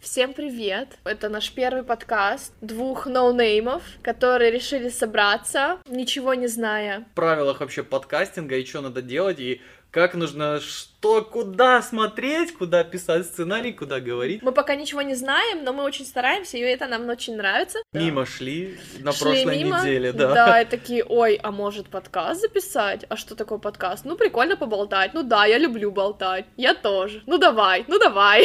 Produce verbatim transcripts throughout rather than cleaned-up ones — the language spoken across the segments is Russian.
Всем привет! Это наш первый подкаст двух ноунеймов, которые решили собраться, ничего не зная. В правилах вообще подкастинга и что надо делать, и как нужно, что, куда смотреть, куда писать сценарий, куда говорить. Мы пока ничего не знаем, но мы очень стараемся, и это нам очень нравится. Мимо да. шли на шли прошлой мимо, неделе, да. Да, и такие, ой, а может подкаст записать? А что такое подкаст? Ну, прикольно поболтать. Ну да, я люблю болтать. Я тоже. Ну давай, ну давай.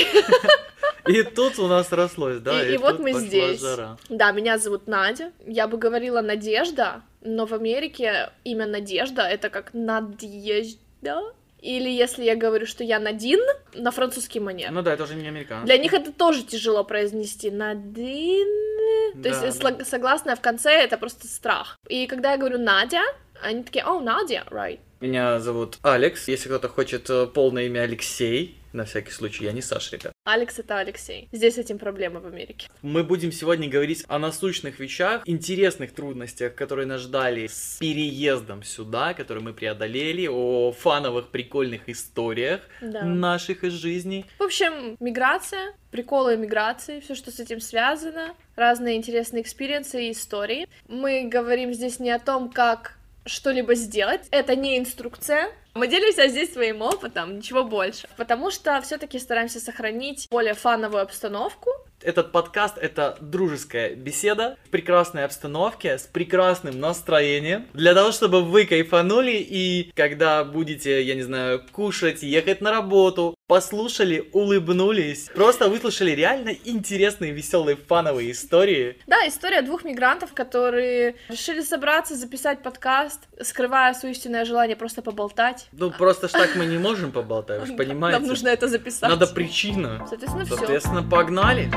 И тут у нас рослось, да, и, и, и вот мы пошла здесь. жара. Да, меня зовут Надя. Я бы говорила Надежда, но в Америке имя Надежда — это как Надежда. Или если я говорю, что я Надин, на французский манер. Ну да, это уже не американский. Для них это тоже тяжело произнести. Надин. То Да, есть да. слог- согласное в конце — это просто страх. И когда я говорю Надя, они такие, о, Надя, right. Меня зовут Алекс. Если кто-то хочет э, полное имя Алексей, на всякий случай, я не Саша, ребят. Алекс — это Алексей. Здесь с этим проблема в Америке. Мы будем сегодня говорить о насущных вещах, интересных трудностях, которые нас ждали с переездом сюда, которые мы преодолели, о фановых прикольных историях Да. наших из жизни. В общем, миграция, приколы миграции, все, что с этим связано, разные интересные экспириенсы и истории. Мы говорим здесь не о том, как что-либо сделать, это не инструкция. Мы делимся здесь своим опытом, ничего больше. Потому что все-таки стараемся сохранить более фановую обстановку. Этот подкаст — это дружеская беседа в прекрасной обстановке, с прекрасным настроением, для того, чтобы вы кайфанули и когда будете, я не знаю, кушать, ехать на работу, послушали, улыбнулись, просто выслушали реально интересные, веселые, фановые истории. Да, история двух мигрантов, которые решили собраться, записать подкаст, скрывая свое истинное желание просто поболтать. Ну, просто ж так мы не можем поболтать, вы же понимаете. Нам нужно это записать. Надо причина. Соответственно, все. Соответственно, погнали.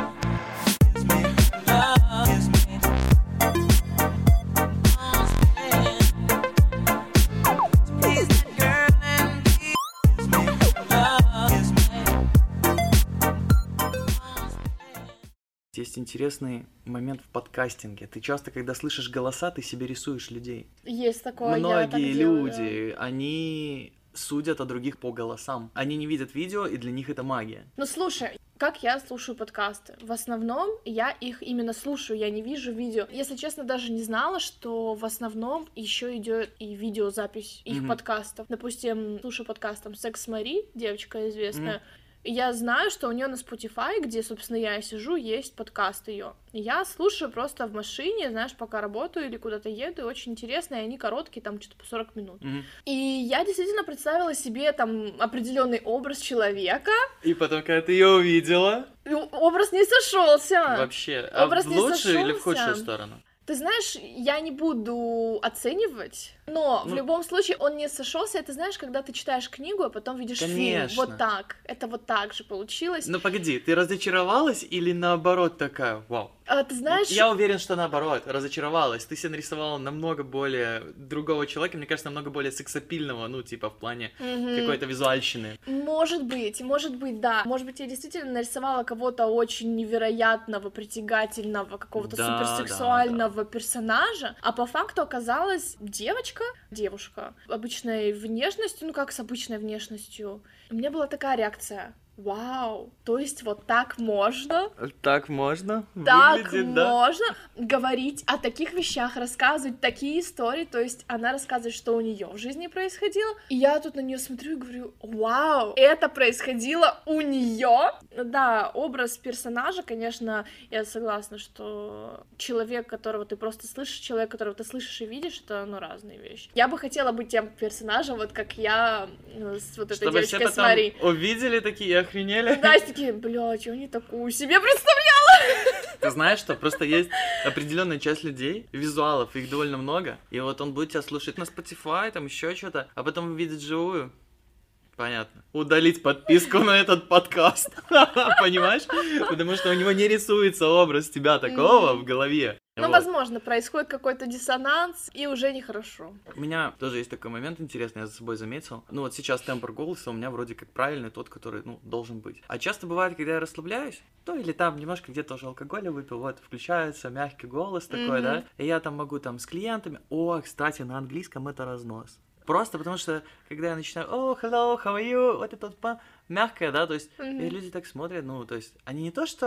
Есть интересный момент в подкастинге. Ты часто, когда слышишь голоса, ты себе рисуешь людей. Есть такое, я так Многие делаю, люди, они судят о других по голосам. Они не видят видео, и для них это магия. Ну слушай, как я слушаю подкасты? В основном я их именно слушаю, я не вижу видео. Если честно, даже не знала, что в основном еще идет и видеозапись их Мгм. подкастов. Допустим, слушаю подкаст там Секс Мари, девочка известная. Мгм. И я знаю, что у нее на Spotify, где, собственно, я и сижу, есть подкаст ее. Я слушаю просто в машине, знаешь, пока работаю или куда-то еду, и очень интересно, и они короткие, там что-то по сорок минут. Мгм. И я действительно представила себе там определенный образ человека, И потом, когда ты ее увидела, и образ не сошелся. вообще, а Образ в не лучшую или в сошёлся. худшую сторону? Ты знаешь, я не буду оценивать, но Ну. в любом случае он не сошелся. Это знаешь, когда ты читаешь книгу, а потом видишь фильм. Конечно. Вот так. Это вот так же получилось. Ну погоди, ты разочаровалась или наоборот такая, вау? А, ты знаешь, Я уверен, что наоборот, разочаровалась. Ты себе нарисовала намного более другого человека, мне кажется, намного более сексапильного, ну, типа, в плане мгм. какой-то визуальщины. Может быть, может быть, да. Может быть, я действительно нарисовала кого-то очень невероятного, притягательного, какого-то Да, суперсексуального персонажа, а по факту оказалась девочка, девушка, обычной внешностью, ну как с обычной внешностью. У меня была такая реакция. Вау, то есть вот так можно? Так можно? Так Выглядит, да? можно говорить о таких вещах, рассказывать такие истории, то есть она рассказывает, что у нее в жизни происходило, и я тут на нее смотрю и говорю, вау, это происходило у нее. Да, образ персонажа, конечно, я согласна, что человек, которого ты просто слышишь, человек, которого ты слышишь и видишь, это, ну, разные вещи. Я бы хотела быть тем персонажем, вот как я ну, с вот этой Чтобы девочкой все-то с там Мари. увидели такие и охренели. Да, и такие, блядь, я не такую себе представляла. Ты знаешь, что просто есть определенная часть людей, визуалов, их довольно много, и вот он будет тебя слушать на Spotify, там еще что-то, а потом увидит живую. Понятно. Удалить подписку на этот подкаст. Понимаешь? Потому что у него не рисуется образ тебя такого в голове. Ну, Вот. возможно, происходит какой-то диссонанс, и уже нехорошо. У меня тоже есть такой момент интересный, я за собой заметил. Ну вот сейчас тембр голоса у меня вроде как правильный, тот, который, ну, должен быть. А часто бывает, когда я расслабляюсь, то или там немножко где-то уже алкоголя выпил, вот, включается мягкий голос такой, Мгм. да, и я там могу там с клиентами, о, кстати, на английском это разнос. Просто потому что, когда я начинаю, о, hello, how are you, вот это вот па- мягкое, да, то есть, Мгм. и люди так смотрят, ну, то есть, они не то, что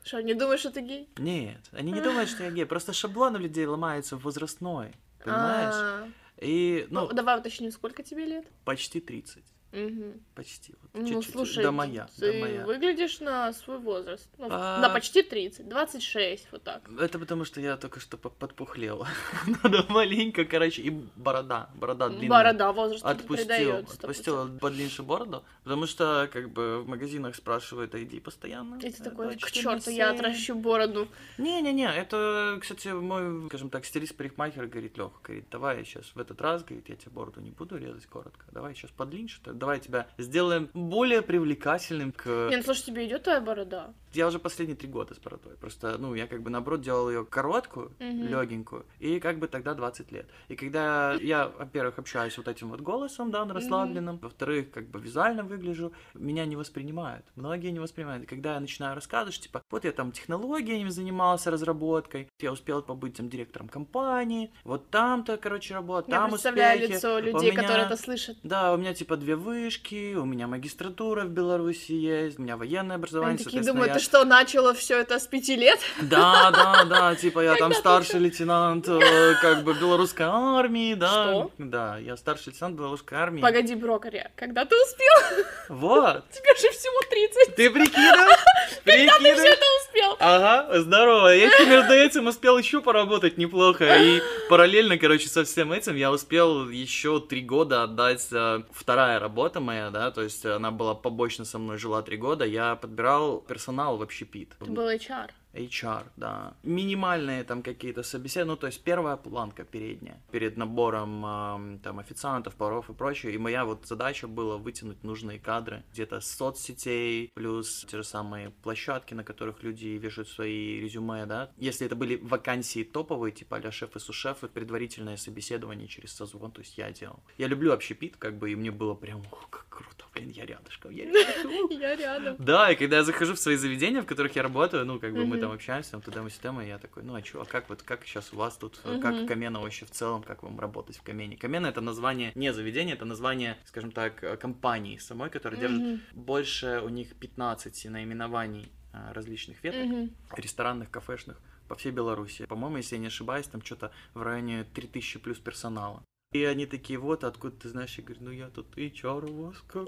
Что, не думаешь, что ты гей? Нет, они не думают, что я гей. Просто шаблон у людей ломается возрастной, понимаешь? А. И, ну, Ну, давай уточним, сколько тебе лет? почти тридцать. Мгм. Почти. Вот, Ну, чуть-чуть. слушай, Да моя, ты да моя. выглядишь на свой возраст. Ну, А. на почти тридцать, двадцать шесть, вот так. Это потому, что я только что по- подпухлел. Надо маленько, короче, и борода, борода длинная. Борода возраст Отпустил, придает. отпустил подлиннее бороду, потому что, как бы, в магазинах спрашивают ай ди постоянно. И ты такой, Точно, к черту, все. я отращу бороду. Не-не-не, это, кстати, мой, скажем так, стилист-парикмахер говорит, Лёха, говорит, давай я сейчас в этот раз, говорит, я тебе бороду не буду резать коротко, давай сейчас подлиннее, что давай тебя сделаем более привлекательным к... Не, ну слушай, тебе идет твоя борода? Я уже последние три года с бородой. Просто, ну, я как бы, наоборот, делал ее короткую, Мгм. легенькую, и как бы тогда двадцать лет. И когда я, во-первых, общаюсь вот этим вот голосом, да, расслабленным, во-вторых, как бы визуально выгляжу, меня не воспринимают. Многие не воспринимают. И когда я начинаю рассказывать, что, типа, вот я там технологиями занимался, разработкой, я успел побыть там директором компании, вот там-то, короче, работал, Я там представляю успехи. лицо У людей, меня- которые это слышат. Да, у меня типа две вышки, у меня магистратура в Беларуси есть, у меня военное образование, Они такие соответственно, думают, я- ты что, начала все это с пяти лет? Да, да, да, типа я там старший лейтенант, э, как бы белорусской армии, да. Что? Да, я старший лейтенант белорусской армии. Погоди, брокаря, когда ты успел? Вот. Тебе же всего тридцать. Ты прикидывай? Ты все Прикидывай? это успел. Ага, здорово. Я еще между этим успел еще поработать неплохо. И параллельно, короче, со всем этим я успел еще три года отдать. э, Вторая работа моя, да, то есть она была побочно со мной, жила три года. Я подбирал персонал в общепит. Это был эйч ар. эйч ар, да. Минимальные там какие-то собеседования, ну, то есть первая планка передняя, перед набором эм, там официантов, поваров и прочее, и моя вот задача была вытянуть нужные кадры, где-то с соцсетей, плюс те же самые площадки, на которых люди вешают свои резюме, да. Если это были вакансии топовые, типа а-ля шефы, сушефы, предварительное собеседование через созвон, то есть я делал. Я люблю общепит, как бы, и мне было прям, ух, как круто, блин, я рядышком, я рядышком. Я рядом. Да, и когда я захожу в свои заведения, в которых я работаю, ну, как бы мы Мгм. там общаемся, там туда мы сюда, и я такой, ну, а чё, а как вот, как сейчас у вас тут, э, Мгм. как Камена вообще в целом, как вам работать в Камене? Камена — это название не заведения, это название, скажем так, э, компании самой, которая держит Мгм. больше, у них пятнадцать наименований а, различных веток, Мгм. ресторанных, кафешных по всей Беларуси. По-моему, если я не ошибаюсь, там что-то в районе три тысячи плюс персонала. И они такие, вот, откуда ты знаешь? Я говорю, ну я тут эйч ар у вас как.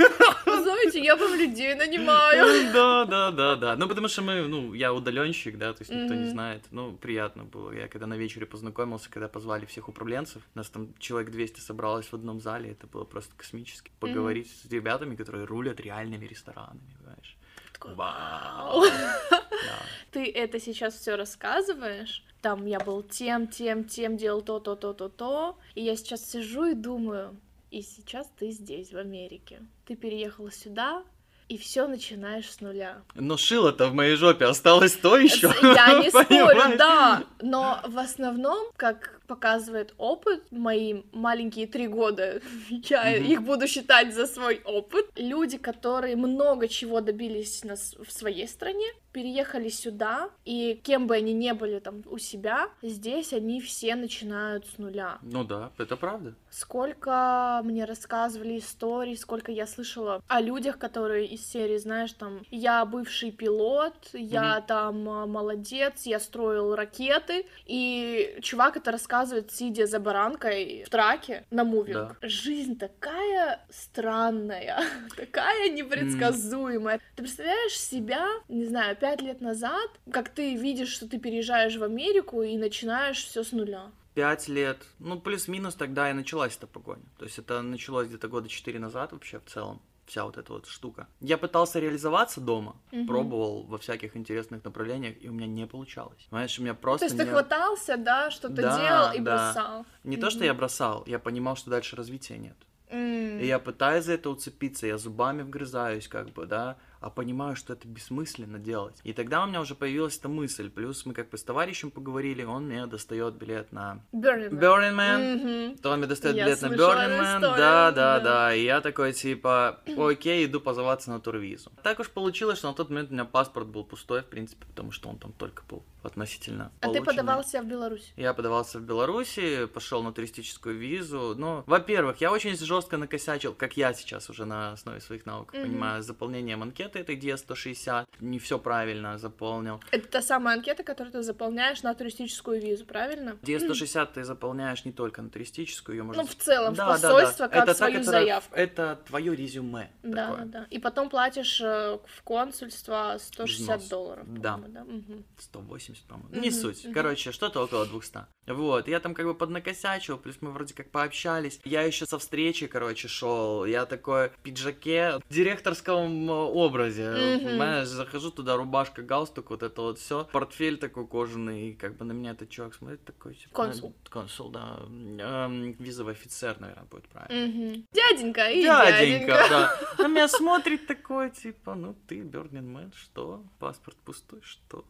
Вы знаете, я вам людей нанимаю. Да, да, да, да. Ну, потому что мы, ну, я удаленщик, да, то есть никто не Мгм. знает. Ну, приятно было. Я когда на вечере познакомился, когда позвали всех управленцев, нас там человек двести собралось в одном зале, это было просто космически. Поговорить с ребятами, которые рулят реальными ресторанами, знаешь. Такой, Вау. Да. Ты это сейчас все рассказываешь. Там я был тем, тем, тем, делал то, то, то, то, то. И я сейчас сижу и думаю, и сейчас ты здесь, в Америке. Ты переехала сюда, и все начинаешь с нуля. Но шило-то в моей жопе осталось то еще. Я не спорю, да. Но в основном, как показывает опыт, мои маленькие три года, я Мгм. их буду считать за свой опыт. Люди, которые много чего добились на с- в своей стране, переехали сюда, и кем бы они ни были там у себя, здесь они все начинают с нуля. Ну да, это правда. Сколько мне рассказывали историй, сколько я слышала о людях, которые из серии, знаешь, там, я бывший пилот, я там а, молодец, я строил ракеты, и чувак это рассказывает, сидя за баранкой в траке на мувинг. Жизнь такая странная, такая непредсказуемая. Ты представляешь себя, не знаю, пять лет назад, как ты видишь, что ты переезжаешь в Америку и начинаешь все с нуля. Пять лет, ну, плюс-минус тогда и началась эта погоня. То есть это началось где-то года четыре назад вообще в целом. Вся вот эта вот штука. Я пытался реализоваться дома, Мгм. пробовал во всяких интересных направлениях, и у меня не получалось. Понимаешь, у меня То просто есть ты не... хватался, да, что-то Да, делал и да. бросал. Не то, что Мгм. я бросал, я понимал, что дальше развития нет. М. И я пытаюсь за это уцепиться, я зубами вгрызаюсь, как бы, да, а понимаю, что это бессмысленно делать. И тогда у меня уже появилась эта мысль. Плюс мы как бы с товарищем поговорили, он мне достает билет на Burning Man. Burning Man. Мгм. Томми достает Я билет на слышала Burning эту Man, историю, да, да, да. да, и я такой, типа, окей, иду позываться на турвизу. Так уж получилось, что на тот момент у меня паспорт был пустой, в принципе, потому что он там только был относительно А ты полученный. подавался в Беларусь? Я подавался в Беларуси, пошел на туристическую визу. Ну, во-первых, я очень жестко накосячил, как я сейчас уже на основе своих навыков Мгм. понимаю, с заполнением анкет. анкеты этой Диа сто шестьдесят, не все правильно заполнил. Это та самая анкета, которую ты заполняешь на туристическую визу, правильно? Диа сто шестьдесят ты заполняешь не только на туристическую, ее можно... Ну, в целом, да, в посольство, да, да. как это свою та, заявку. Это твое резюме. Да, такое. да. И потом платишь э, в консульство сто шестьдесят Взнос. долларов. Да. да? Угу. сто восемьдесят, по-моему. Мгм, Не суть. мгм. Короче, что-то около двухсот. Вот, я там как бы поднакосячил, плюс мы вроде как пообщались. Я еще со встречи, короче, шел. Я такой в пиджаке, в директорском образе. Мгм. Понимаешь, захожу туда, рубашка, галстук, вот это вот все. Портфель такой кожаный, и как бы на меня этот чувак смотрит такой. Типа, Консул. э, Консул, да. Эм, визовый офицер, наверное, будет правильно. Угу. Дяденька и Дяденька, дяденька. да. На меня смотрит такой, типа, ну ты, Burning Man, что? Паспорт пустой, что?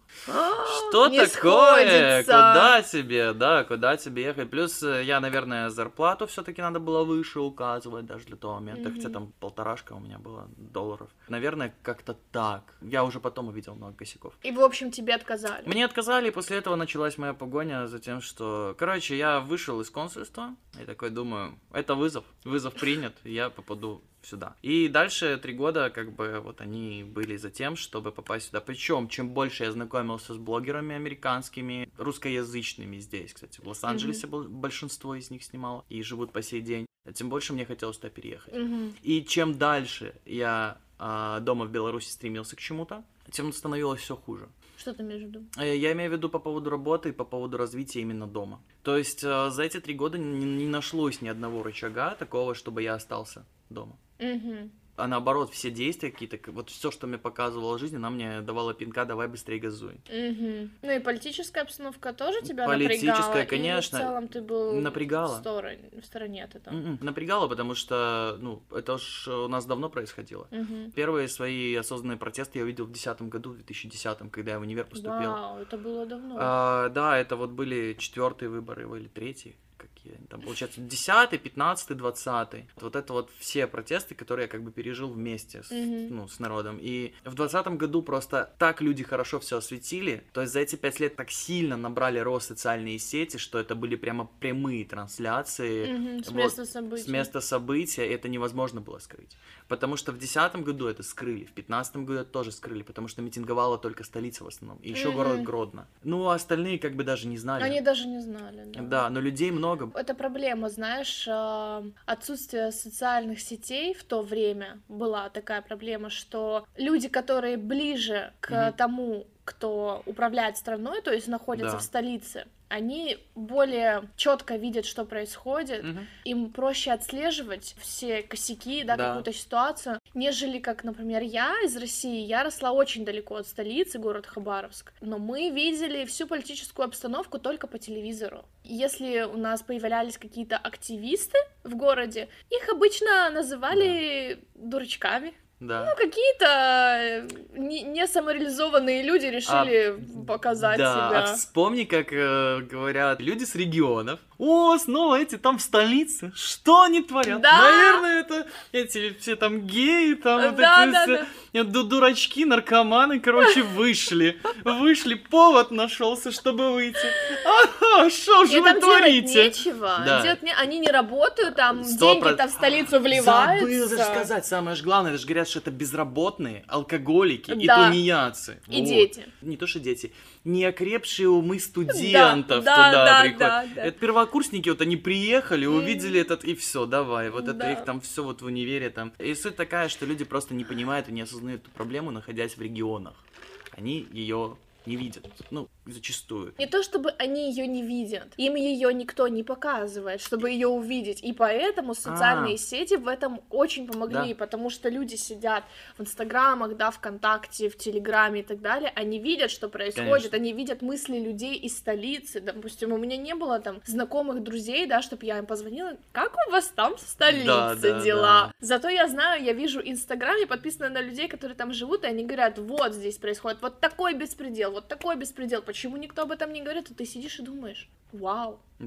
Что Не такое? сходится. Куда тебе, да, куда тебе ехать? Плюс э, я, наверное, зарплату все-таки надо было выше указывать даже для того момента, Мгм. хотя там полторашка у меня было долларов. Наверное, как-то так. Я уже потом увидел много косяков. И, в общем, тебе отказали. Мне отказали, и после этого началась моя погоня за тем, что... Короче, я вышел из консульства, и такой думаю, это вызов, вызов принят, и я попаду сюда. И дальше три года, как бы, вот они были за тем, чтобы попасть сюда. Причем, чем больше я знакомился с блогерами американскими, русскоязычными здесь, кстати, в Лос-Анджелесе был- большинство из них снимало и живут по сей день, тем больше мне хотелось туда переехать. Мгм. И чем дальше я а, дома в Беларуси стремился к чему-то, тем становилось все хуже. Что ты имеешь в виду? Э, Я имею в виду по поводу работы и по поводу развития именно дома. То есть э, за эти три года не, не нашлось ни одного рычага такого, чтобы я остался дома. Угу. А наоборот, все действия какие-то, к- вот все, что мне показывала жизнь, она мне давала пинка, давай быстрее газуй. Угу. Ну и политическая обстановка тоже тебя Политическая, напрягала? конечно. Или в целом ты был Напрягала. в стороне, в стороне от этого? М-м, Напрягало, потому что, ну, это ж у нас давно происходило. Угу. Первые свои осознанные протесты я увидел в две тысячи десятом году, в две тысячи десятом, когда я в универ поступил. Вау, это было давно. А, да, это вот были четвертые выборы или третьи, какие они там, получается, десятый, пятнадцатый, двадцатый. Вот это вот все протесты, которые я как бы пережил вместе с, Мгм. ну, с народом. И в двадцатом году просто так люди хорошо все осветили, то есть за эти пять лет так сильно набрали рост социальные сети, что это были прямо прямые трансляции. Мгм, С вот, места событий. С места события, и это невозможно было скрыть. Потому что в две тысячи десятом году это скрыли, в две тысячи пятнадцатом году это тоже скрыли, потому что митинговала только столица в основном, и еще Мгм. город Гродно. Ну, а остальные как бы даже не знали. Они даже не знали, да. Да, но людей много. Это проблема, знаешь, а, отсутствие социальных сетей в то время была такая проблема, что люди, которые ближе к Мгм. тому, кто управляет страной, то есть находятся Да. в столице, они более четко видят, что происходит, Мгм. им проще отслеживать все косяки, да, Да. какую-то ситуацию, нежели как, например, я из России, я росла очень далеко от столицы, город Хабаровск, но мы видели всю политическую обстановку только по телевизору. Если у нас появлялись какие-то активисты в городе, их обычно называли дурачками. Да. Ну, какие-то э, не, не самореализованные люди решили показать да, себя. а вспомни, как э, говорят люди с регионов. О, снова эти там в столице. Что они творят? Да. Наверное, это эти все там геи, там вот Да, эти да, все да. э, ду- дурачки, наркоманы, короче, вышли. Вышли, повод нашелся, чтобы выйти. Ага, что же И вы там делать творите? нечего. Да. Делать не... Они не работают, там Сто деньги-то проц- в столицу вливаются. Забыл даже сказать, самое же главное, это же говорят, что это безработные, алкоголики и Да. тунеядцы. И Вот. дети. Не то, что дети, неокрепшие умы студентов Да, туда да, приходят. да, да. Это первокурсники, вот они приехали, Мгм. увидели этот, и все, давай, вот это Да. их там все вот в универе там. И суть такая, что люди просто не понимают и не осознают эту проблему, находясь в регионах. Они ее не видят, ну, зачастую. Не то чтобы они ее не видят, им ее никто не показывает, чтобы ее увидеть. И поэтому социальные А. сети в этом очень помогли, Да. потому что люди сидят в инстаграмах, да, ВКонтакте, в Телеграме и так далее, они видят, что происходит, Конечно. они видят мысли людей из столицы. Допустим, у меня не было там знакомых друзей, да, чтобы я им позвонила, как у вас там в столице Да, да, дела? да. Зато я знаю, я вижу Инстаграм, я подписана на людей, которые там живут, и они говорят, вот здесь происходит вот такой беспредел, вот такой беспредел. Почему никто об этом не говорит, а ты сидишь и думаешь, вау. Да.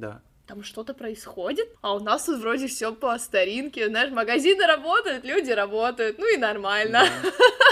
там что-то происходит, а у нас тут вроде все по старинке, знаешь, магазины работают, люди работают, ну и нормально. Да.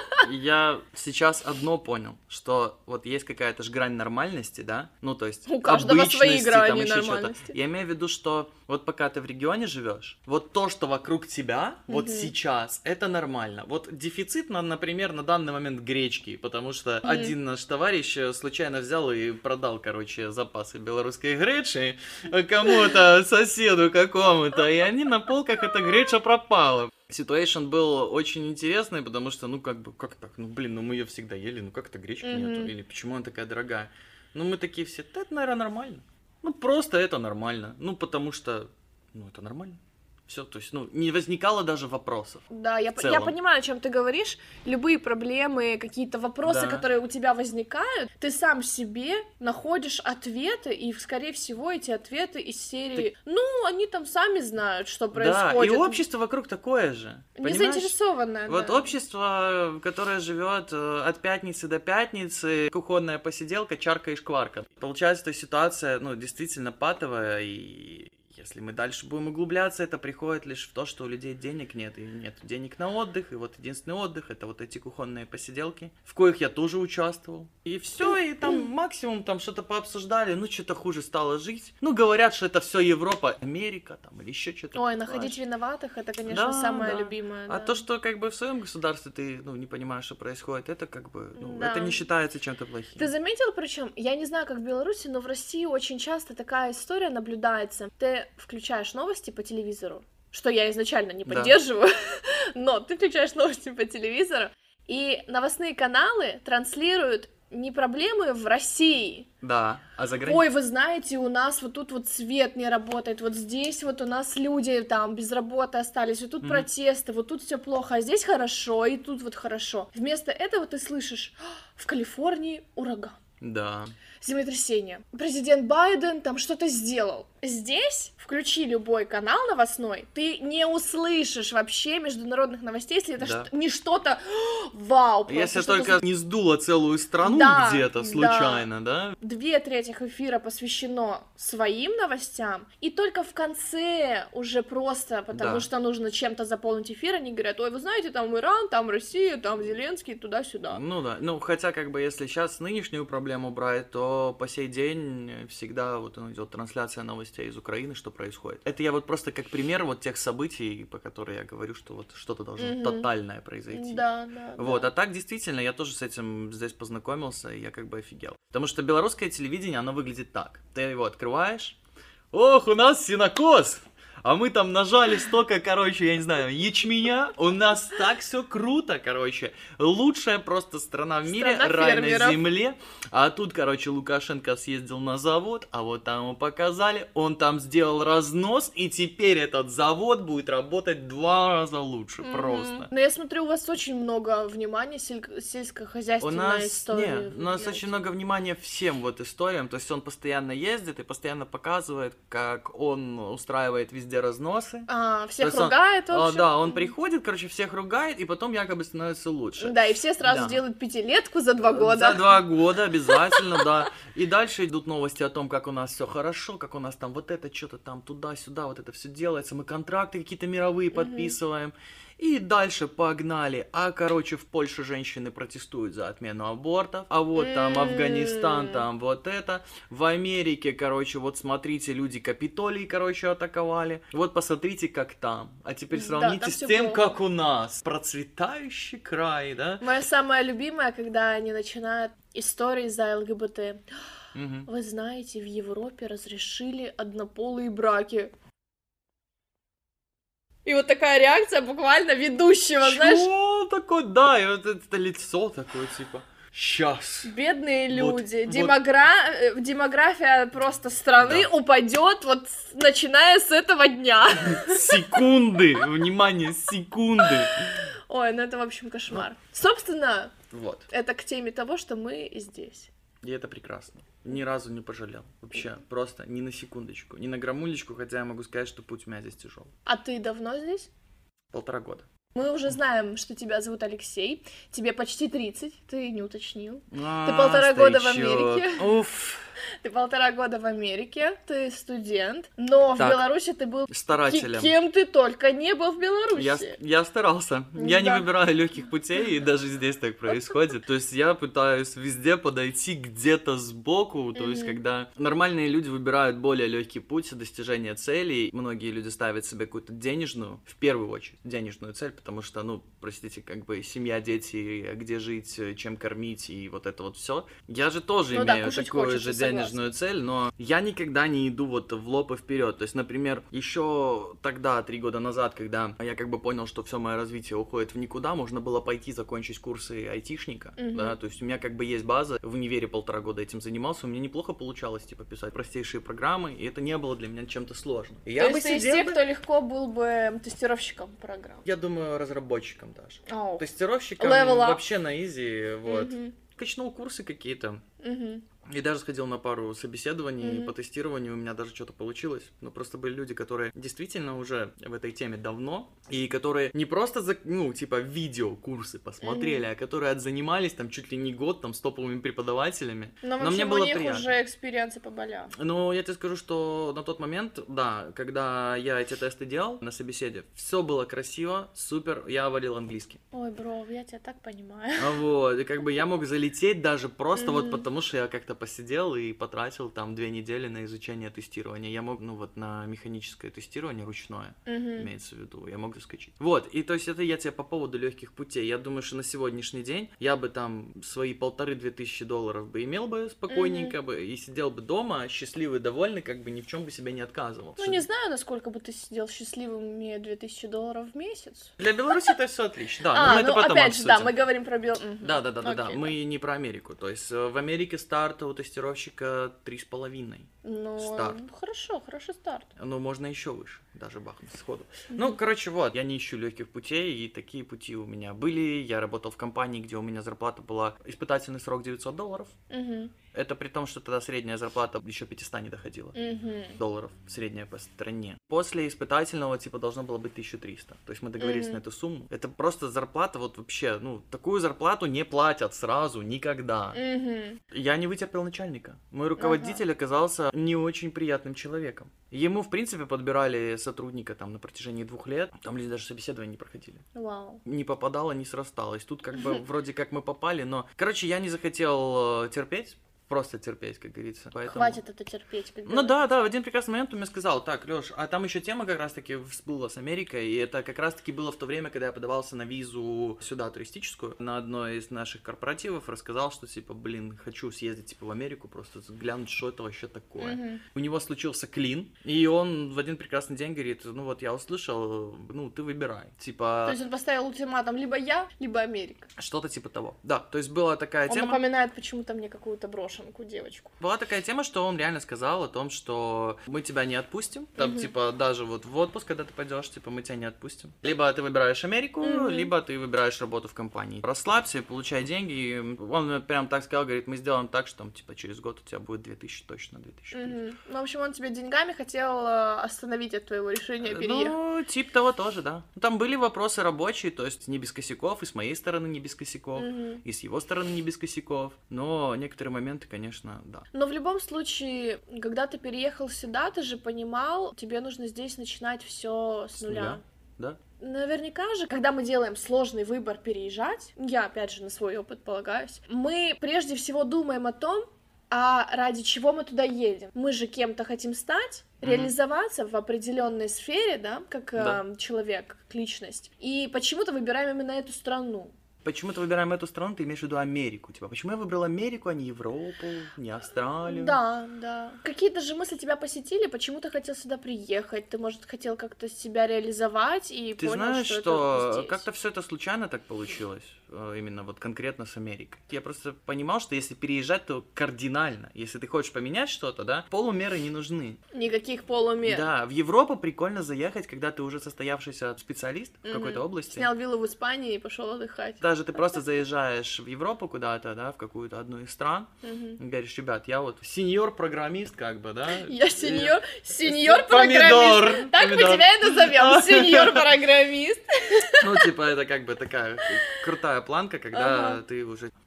Я сейчас одно понял, что вот есть какая-то же грань нормальности, да, ну то есть у каждого свои грани там еще нормальности. что-то. Я имею в виду, что вот пока ты в регионе живешь, вот то, что вокруг тебя, mm-hmm. вот сейчас, это нормально. Вот дефицит, на, например, на данный момент гречки, потому что mm-hmm. один наш товарищ случайно взял и продал, короче, запасы белорусской гречи кому-то, соседу какому-то, и они на полках, эта греча пропала. Ситуэйшн был очень интересный, потому что, ну, как бы, как так? Ну, блин, ну мы ее всегда ели, ну как это гречки mm-hmm. нету? Или почему она такая дорогая? Ну, мы такие все, да, это, наверное, нормально. Ну, просто это нормально. Ну, потому что, ну, это нормально. Все, то есть, ну, не возникало даже вопросов. Да, я, я понимаю, о чем ты говоришь. Любые проблемы, какие-то вопросы, да. которые у тебя возникают, ты сам себе находишь ответы, и, скорее всего, эти ответы из серии, ты... ну, они там сами знают, что происходит. Да, и общество вокруг такое же. Не заинтересованное. Вот да. общество, которое живет от пятницы до пятницы, кухонная посиделка, чарка и шкварка. Получается, эта ситуация, ну, действительно патовая, и... Если мы дальше будем углубляться, это приходит лишь в то, что у людей денег нет, и нет денег на отдых, и вот единственный отдых — это вот эти кухонные посиделки, в коих я тоже участвовал. И все, и там максимум там что-то пообсуждали, ну что-то хуже стало жить. Ну говорят, что это все Европа, Америка там или еще что-то. Ой, находить виноватых — это, конечно, да, самое да. любимое. А да. то, что как бы в своем государстве ты, ну, не понимаешь, что происходит, это как бы, ну, да. это не считается чем-то плохим. Ты заметил, причем, я не знаю, как в Беларуси, но в России очень часто такая история наблюдается. Ты включаешь новости по телевизору, что я изначально не поддерживаю, да. но ты включаешь новости по телевизору, и новостные каналы транслируют не проблемы в России. Да, а за границей? Ой, вы знаете, у нас вот тут вот свет не работает, вот здесь вот у нас люди там без работы остались, вот тут mm-hmm. протесты, вот тут все плохо, а здесь хорошо, и тут вот хорошо. Вместо этого ты слышишь: в Калифорнии ураган. Да. Землетрясение. Президент Байден там что-то сделал. Здесь включи любой канал новостной, ты не услышишь вообще международных новостей, если это да. ш- не что-то вау. Если что-то... только не сдуло целую страну да, где-то случайно, да. да? Две трети эфира посвящено своим новостям, и только в конце уже просто, потому да. что нужно чем-то заполнить эфир, они говорят: ой, вы знаете, там Иран, там Россия, там Зеленский, туда-сюда. Ну да, ну хотя как бы если сейчас нынешнюю проблему брать, то по сей день всегда вот идет трансляция новостей из Украины, что происходит. Это я вот просто как пример вот тех событий, по которым я говорю, что вот что-то должно mm-hmm. тотальное произойти. Да, да. Вот, да. а так действительно я тоже с этим здесь познакомился, и я как бы офигел. Потому что белорусское телевидение, оно выглядит так. Ты его открываешь, ох, у нас сенокос! А мы там нажали столько, короче, я не знаю, ячменя. У нас так все круто, короче. Лучшая просто страна в мире, страна рай фермеров. на земле. А тут, короче, Лукашенко съездил на завод, а вот там ему показали, он там сделал разнос, и теперь этот завод будет работать в два раза лучше, mm-hmm. просто. Но я смотрю, у вас очень много внимания сель- сельскохозяйственной у нас, истории. Нет, у нас очень много внимания всем вот историям, то есть он постоянно ездит и постоянно показывает, как он устраивает везде разносы. А, всех ругает, он, в общем. Да, он приходит, короче, всех ругает, и потом якобы становится лучше. Да, и все сразу да. делают пятилетку за два года. За два года, обязательно, да. И дальше идут новости о том, как у нас все хорошо, как у нас там вот это что-то там туда-сюда, вот это все делается, мы контракты какие-то мировые подписываем. И дальше погнали. А, короче, в Польше женщины протестуют за отмену абортов. А вот там Афганистан, там вот это. В Америке, короче, вот смотрите, люди Капитолий, короче, атаковали. Вот посмотрите, как там. А теперь сравните да, с тем, плохо. Как у нас. Процветающий край, да? Моя самая любимая, когда они начинают истории за ЛГБТ. Угу. Вы знаете, в Европе разрешили однополые браки. И вот такая реакция буквально ведущего, Чё знаешь? Что такое? Да, и вот это лицо такое, типа, сейчас. Бедные люди. Вот, Демогра... вот. Демография просто страны да. упадет вот начиная с этого дня. Секунды, внимание, секунды. Ой, ну это, в общем, кошмар. Собственно, вот. Это к теме того, что мы здесь. И это прекрасно. Ни разу не пожалел. Вообще, просто ни на секундочку, ни на граммулечку, хотя я могу сказать, что путь у меня здесь тяжелый. А ты давно здесь? Полтора года. Мы уже знаем, что тебя зовут Алексей. Тебе почти тридцать, ты не уточнил. А, ты полтора старичок. года в Америке. Уф. Ты полтора года в Америке, ты студент, но Так. в Беларуси ты был... Старателем. Ки- Кем ты только не был в Беларуси. Я, я старался. Я не Да. выбираю легких путей, и даже здесь так происходит. То есть я пытаюсь везде подойти где-то сбоку. То есть, Мгм. когда нормальные люди выбирают более легкий путь достижения целей, многие люди ставят себе какую-то денежную, в первую очередь, денежную цель, потому что, ну, простите, как бы семья, дети, где жить, чем кормить и вот это вот все. Я же тоже Ну да, имею кушать такую хочется, же денежную цель, но я никогда не иду вот в лоб и вперед. То есть, например, еще тогда, три года назад, когда я как бы понял, что все мое развитие уходит в никуда, можно было пойти закончить курсы айтишника, Мгм. да, то есть у меня как бы есть база, в универе полтора года этим занимался, у меня неплохо получалось, типа, писать простейшие программы, и это не было для меня чем-то сложным. И я То бы есть ты из сидел тех, бы- кто легко был бы тестировщиком программ. Я думаю, разработчиком даже. Ау. Тестировщиком Level up. вообще на изи, вот. Мгм. Качнул курсы какие-то, Мгм. и даже сходил на пару собеседований Мгм. по тестированию, у меня даже что-то получилось. Но просто были люди, которые действительно уже в этой теме давно, и которые не просто, за, ну, типа, видео курсы посмотрели, а которые отзанимались там чуть ли не год, там, с топовыми преподавателями. Но, в Но мне общем, было у них приятно. уже экспириенсы поболя. Ну, я тебе скажу, что на тот момент, да, когда я эти тесты делал на собеседе, все было красиво, супер, я валил английский. Ой, бро, я тебя так понимаю. А Вот, и как бы я мог залететь даже просто вот Мгм. потому, что я как-то посидел и потратил там две недели на изучение тестирования. Я мог, ну вот на механическое тестирование ручное, Мгм. имеется в виду, я мог заскочить. Вот, и то есть это я тебе по поводу легких путей. Я думаю, что на сегодняшний день я бы там свои полторы-две тысячи долларов бы имел бы спокойненько бы и сидел бы дома, счастливый, довольный, как бы ни в чем бы себе не отказывал. Ну, не знаю, насколько бы ты сидел счастливым, имея две тысячи долларов в месяц. Для Беларуси это все отлично, да, но а, мы это ну, потом опять же, да, обсудим. мы говорим про Бел... Мгм. Да, да, да, да, да. Окей, Мы не про Америку. То есть э, в Америке старт у тестировщика три с половиной. Ну, Старт. хорошо, хороший старт. Ну, можно еще выше, даже бахнуть сходу. Ну, короче, вот, я не ищу легких путей, и такие пути у меня были. Я работал в компании, где у меня зарплата была испытательный срок девятьсот долларов. Мгм. Это при том, что тогда средняя зарплата еще пятьсот не доходила. Мгм. Долларов средняя по стране. После испытательного, типа, должно было быть тысяча триста. То есть мы договорились Мгм. на эту сумму. Это просто зарплата, вот вообще, ну, такую зарплату не платят сразу никогда. Мгм. Я не вытерпел начальника. Мой руководитель оказался не очень приятным человеком. Ему, в принципе, подбирали сотрудника там на протяжении двух лет. Там люди даже собеседования не проходили. Вау. Не попадало, не срасталось. Тут как бы вроде как мы попали, но... Короче, я не захотел э, терпеть. Просто терпеть, как говорится. Поэтому... Хватит это терпеть. как Ну говорится. да, да, в один прекрасный момент он мне сказал: так, Лёш, а там еще тема как раз-таки всплыла с Америкой, и это как раз-таки было в то время, когда я подавался на визу сюда, туристическую, на одной из наших корпоративов, рассказал, что, типа, блин, хочу съездить, типа, в Америку, просто глянуть, что это вообще такое. Мгм. У него случился клин, и он в один прекрасный день говорит: ну вот я услышал, ну ты выбирай, типа, То есть он поставил ультиматум либо я, либо Америка. что-то типа того. Да, то есть была такая Он тема. напоминает почему-то мне какую-то брошенку, девочку. Была такая тема, что он реально сказал о том, что мы тебя не отпустим. Там, Мгм. типа, даже вот в отпуск, когда ты пойдешь, типа, мы тебя не отпустим. Либо ты выбираешь Америку, Мгм. либо ты выбираешь работу в компании. Расслабься и получай деньги. И он мне прям так сказал, говорит: мы сделаем так, что там, типа, через год у тебя будет две тысячи точно, две тысячи. Мгм. Ну, в общем, он тебе деньгами хотел э, остановить от твоего решения переехать. Ну, типа того тоже, да. Там были вопросы рабочие, то есть не без косяков, и с моей стороны не без косяков, Мгм. и с его стороны не без косяков. Но некоторые моменты, конечно, да. Но в любом случае, когда ты переехал сюда, ты же понимал, тебе нужно здесь начинать все с С нуля. нуля. Да. Наверняка же, когда мы делаем сложный выбор переезжать, я опять же на свой опыт полагаюсь, мы прежде всего думаем о том, а ради чего мы туда едем. Мы же кем-то хотим стать, Мгм. реализоваться в определенной сфере, да, как Да. э, человек, как личность. И почему-то выбираем именно эту страну. Почему ты выбираем эту страну, ты имеешь в виду Америку? Типа, почему я выбрал Америку, а не Европу, не Австралию? Да, да. Какие-то же мысли тебя посетили, почему ты хотел сюда приехать? Ты, может, хотел как-то себя реализовать и Ты понял, знаешь, что, что, это здесь. как-то все это случайно так получилось, э, именно вот конкретно с Америкой. Я просто понимал, что если переезжать, то кардинально. Если ты хочешь поменять что-то, да, полумеры не нужны. Никаких полумер. Да, в Европу прикольно заехать, когда ты уже состоявшийся специалист в Мгм. какой-то области. Снял виллу в Испании и пошел отдыхать. Даже ты просто заезжаешь в Европу куда-то, да, в какую-то одну из стран, Мгм. и говоришь: ребят, я вот сеньор-программист, как бы, да. Я И- сеньор, сеньор Помидор, программист. Так мы помидор. тебя и назовем, сеньор программист. Ну, типа, это как бы такая крутая планка, когда Ага. ты уже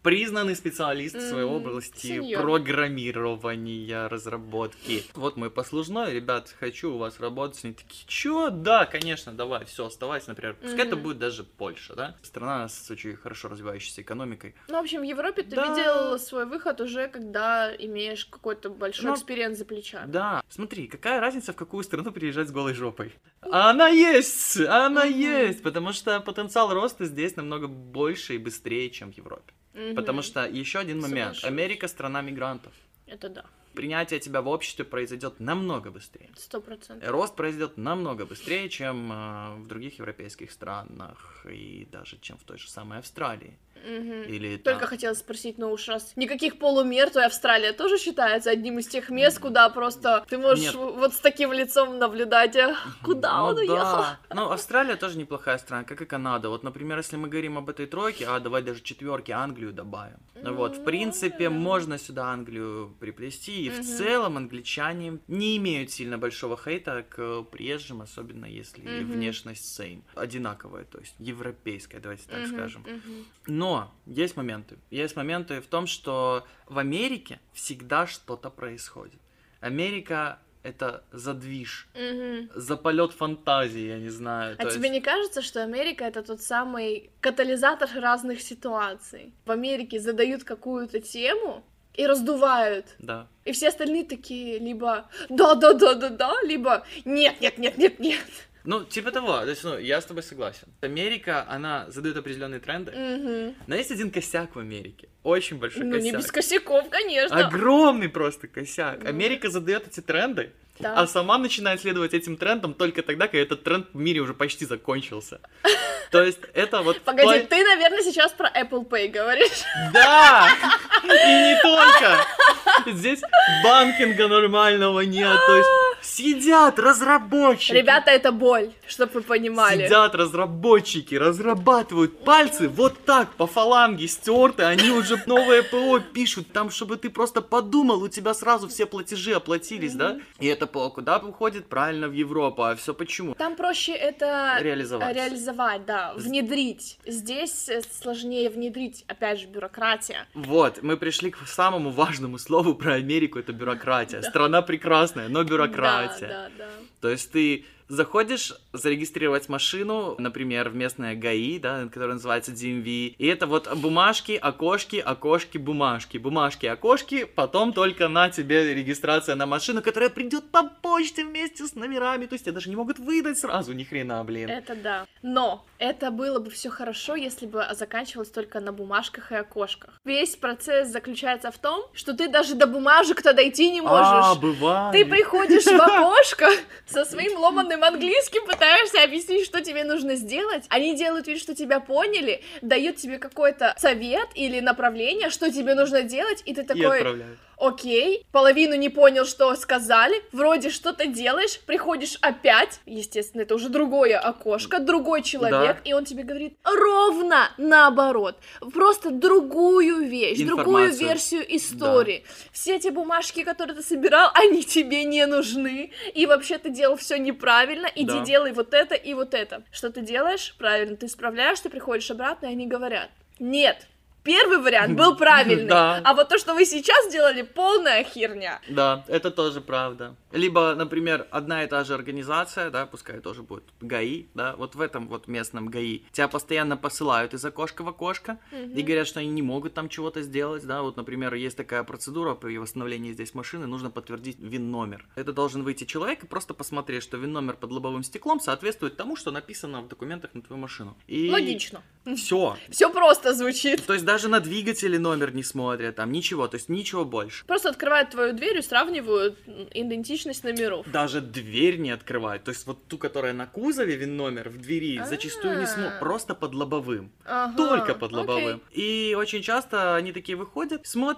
признанный специалист в своей Мгм. области Сеньор. программирования, разработки. Вот мой послужной, ребят, хочу у вас работать. Они такие, чё? Да, конечно, давай, все, оставайся, например. Пускай это Мгм. будет даже Польша, да? Страна с очень хорошо развивающейся экономикой. Ну, в общем, в Европе ты Да. видел свой выход уже, когда имеешь какой-то большой Ну, экспириенс за плечами. Да, смотри, какая разница, в какую страну переезжать с голой жопой? А она есть, она Мгм. есть, потому что потенциал роста здесь намного больше и быстрее, чем в Европе. Мгм. Потому что еще один момент. Соглашусь. Америка страна мигрантов. Это да, Принятие тебя в обществе произойдет намного быстрее. сто процентов. Рост произойдет намного быстрее, чем э, в других европейских странах и даже чем в той же самой Австралии. Мгм. Или Только там- хотела спросить, ну уж раз никаких полумер, то и Австралия тоже считается одним из тех мест, куда просто ты можешь Нет. в- вот с таким лицом наблюдать, а, куда Ну он уехал. да. Ну, Австралия тоже неплохая страна, как и Канада. Вот, например, если мы говорим об этой тройке, а давай даже четверке Англию добавим. Ну вот, в Ну, принципе, да. можно сюда Англию приплести, и в Мгм. целом англичане не имеют сильно большого хейта к приезжим, особенно если Мгм. внешность same, одинаковая, то есть европейская, давайте так Мгм, скажем. мгм. Но есть моменты. Есть моменты в том, что в Америке всегда что-то происходит. Америка — это задвиж, Мгм. заполет фантазии, я не знаю. А то тебе есть- не кажется, что Америка это тот самый катализатор разных ситуаций? В Америке задают какую-то тему и раздувают. Да. И все остальные такие либо да-да-да-да-да, либо нет-нет-нет-нет-нет. Ну, типа того, то есть, ну, я с тобой согласен. Америка, она задает определенные тренды, Мгм. но есть один косяк в Америке, очень большой Ну, косяк. не без косяков, конечно. Огромный просто косяк. Ну. Америка задает эти тренды, Да. а сама начинает следовать этим трендам только тогда, когда этот тренд в мире уже почти закончился. То есть это вот... в Погоди, плане- ты, наверное, сейчас про Apple Pay говоришь. Да! И не только! Здесь банкинга нормального нет, то есть сидят разработчики. Ребята, это боль, чтобы вы понимали. Сидят разработчики, разрабатывают пальцы вот так по фаланге стерты, они уже новое ПО пишут, там, чтобы ты просто подумал, у тебя сразу все платежи оплатились, да? И это ПО куда уходит? Правильно, в Европу. А все почему? Там проще это Реализовать. реализовать, да, внедрить. Здесь э, сложнее внедрить, опять же, бюрократия. Вот, мы пришли к самому важному слову про Америку, это бюрократия. Страна прекрасная, но бюрократия. Да, да, да. То есть ты заходишь зарегистрировать машину, например, в местное ГАИ, да, которое называется ди эм ви, и это вот бумажки, окошки, окошки, бумажки, бумажки, окошки, потом только на тебе регистрация на машину, которая придет по почте вместе с номерами, то есть тебе даже не могут выдать сразу ни хрена, блин. Это да. Но это было бы все хорошо, если бы заканчивалось только на бумажках и окошках. Весь процесс заключается в том, что ты даже до бумажек-то дойти не можешь. А, бывает. Ты приходишь в окошко со своим ломаным английским, пытаешься объяснить, что тебе нужно сделать. Они делают вид, что тебя поняли, дают тебе какой-то совет или направление, что тебе нужно делать, и ты И такой... отправляют. Окей, половину не понял, что сказали, вроде что-то делаешь, приходишь опять, естественно, это уже другое окошко, другой человек, Да. и он тебе говорит ровно наоборот, просто другую вещь, другую Информацию. версию истории. Все эти бумажки, которые ты собирал, они тебе не нужны, и вообще ты делал все неправильно, иди Да. делай вот это и вот это. Что ты делаешь? Правильно, ты исправляешь, ты приходишь обратно, и они говорят, нет. Первый вариант был правильный, Да. а вот то, что вы сейчас делали, полная херня. Да, это тоже правда. Либо, например, одна и та же организация, да, пускай тоже будет ГАИ, да, вот в этом вот местном ГАИ, тебя постоянно посылают из окошка в окошко и говорят, что они не могут там чего-то сделать, да, вот, например, есть такая процедура при восстановлении здесь машины, нужно подтвердить ВИН-номер. Это должен выйти человек и просто посмотреть, что ВИН-номер под лобовым стеклом соответствует тому, что написано в документах на твою машину. И... Логично. Все. Все просто звучит. То есть даже на двигателе номер не смотрят, там ничего, то есть ничего больше. Просто открывают твою дверь и сравнивают идентичность номеров. Даже дверь не открывают. То есть вот ту, которая на кузове, вин-номер, в двери, А. зачастую не смотрят, просто под лобовым. Ага, Только под окей. лобовым. И очень часто они такие выходят, смотрят,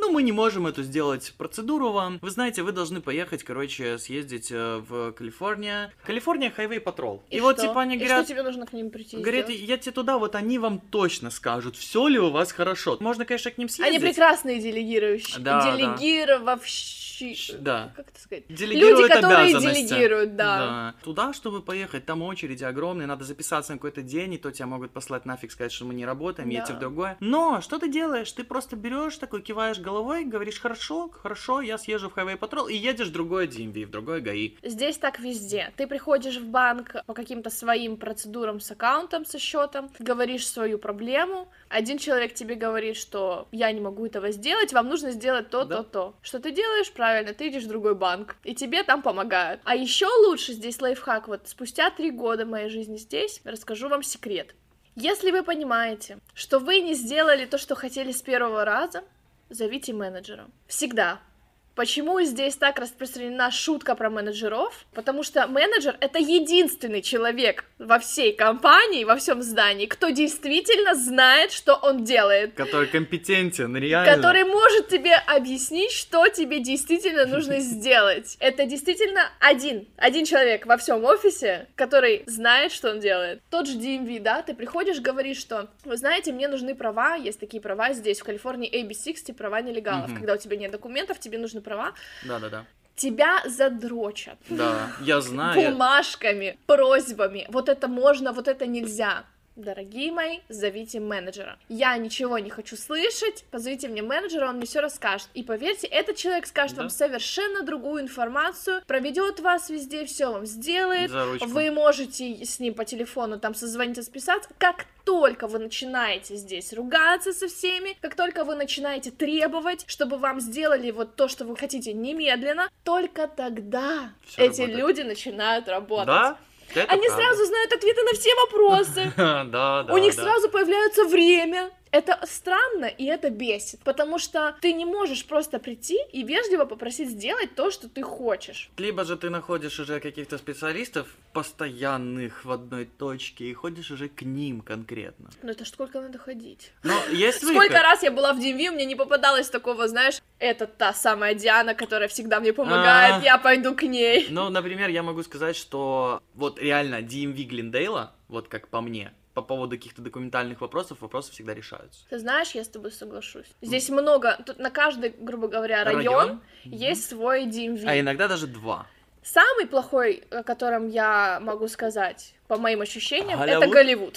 ну, мы не можем эту сделать процедуру вам. Вы знаете, вы должны поехать, короче, съездить э, в Калифорнию. Калифорния Highway Patrol. И, И что? вот, типа, они И говорят... что тебе нужно к ним прийти и Говорят, сделать? я тебе туда, вот они вам точно скажут, все ли у вас хорошо. Можно, конечно, к ним съездить. Они прекрасные делегирующие. Да, да. Делегировавшие. Да. Как это сказать? Делегируют Люди, которые обязанности. делегируют, да. Да. Туда, чтобы поехать, там очереди огромные, надо записаться на какой-то день, и то тебя могут послать нафиг, сказать, что мы не работаем, Да. едьте в другое. Но что ты делаешь? Ты просто берешь такой, киваешь головой, говоришь, хорошо, хорошо, я съезжу в Highway Patrol, и едешь в другое ди эм ви, в другое ГАИ. Здесь так везде. Ты приходишь в банк по каким-то своим процедурам с аккаунтом, со счетом, говоришь свою проблему. Один человек тебе говорит, что я не могу этого сделать, вам нужно сделать то, Да. то, то. Что ты делаешь? Правильно, ты идешь в другой банк, и тебе там помогают. А еще лучше здесь лайфхак. Вот спустя три года моей жизни здесь расскажу вам секрет. Если вы понимаете, что вы не сделали то, что хотели с первого раза, зовите менеджера. Всегда. Почему здесь так распространена шутка про менеджеров? Потому что менеджер — это единственный человек во всей компании, во всем здании, кто действительно знает, что он делает. Который компетентен, реально. Который может тебе объяснить, что тебе действительно нужно сделать. Это действительно один, один человек во всем офисе, который знает, что он делает. Тот же ди эм ви, да, ты приходишь, говоришь, что, вы знаете, мне нужны права, есть такие права здесь, в Калифорнии, эй би шестьдесят, права нелегалов. Мгм. Когда у тебя нет документов, тебе нужны права, Да-да-да. тебя задрочат Да, я знаю. я- бумажками, просьбами. Вот это можно, вот это нельзя. Дорогие мои, зовите менеджера. Я ничего не хочу слышать, позовите мне менеджера, он мне все расскажет. И поверьте, этот человек скажет Да. вам совершенно другую информацию, проведет вас везде, все вам сделает. За ручку. Вы можете с ним по телефону там созвониться, списаться. Как только вы начинаете здесь ругаться со всеми, как только вы начинаете требовать, чтобы вам сделали вот то, что вы хотите немедленно, только тогда Всё эти работает. люди начинают работать. Да? Это Они правда. сразу знают ответы на все вопросы. Да, да, У них да. сразу появляется время. Это странно, и это бесит, потому что ты не можешь просто прийти и вежливо попросить сделать то, что ты хочешь. Либо же ты находишь уже каких-то специалистов постоянных в одной точке и ходишь уже к ним конкретно. Но это ж сколько надо ходить? Но есть выход. Сколько раз я была в ди эм ви, мне не попадалось такого, знаешь, это та самая Диана, которая всегда мне помогает, А. я пойду к ней. Ну, например, я могу сказать, что вот реально ди эм ви Глендейла, вот как по мне, по поводу каких-то документальных вопросов, вопросы всегда решаются. Ты знаешь, я с тобой соглашусь. Здесь много, тут на каждый, грубо говоря, район, Район? есть свой ди эм ви. А иногда даже два. Самый плохой, о котором я могу сказать, по моим ощущениям, Голливуд? это Голливуд.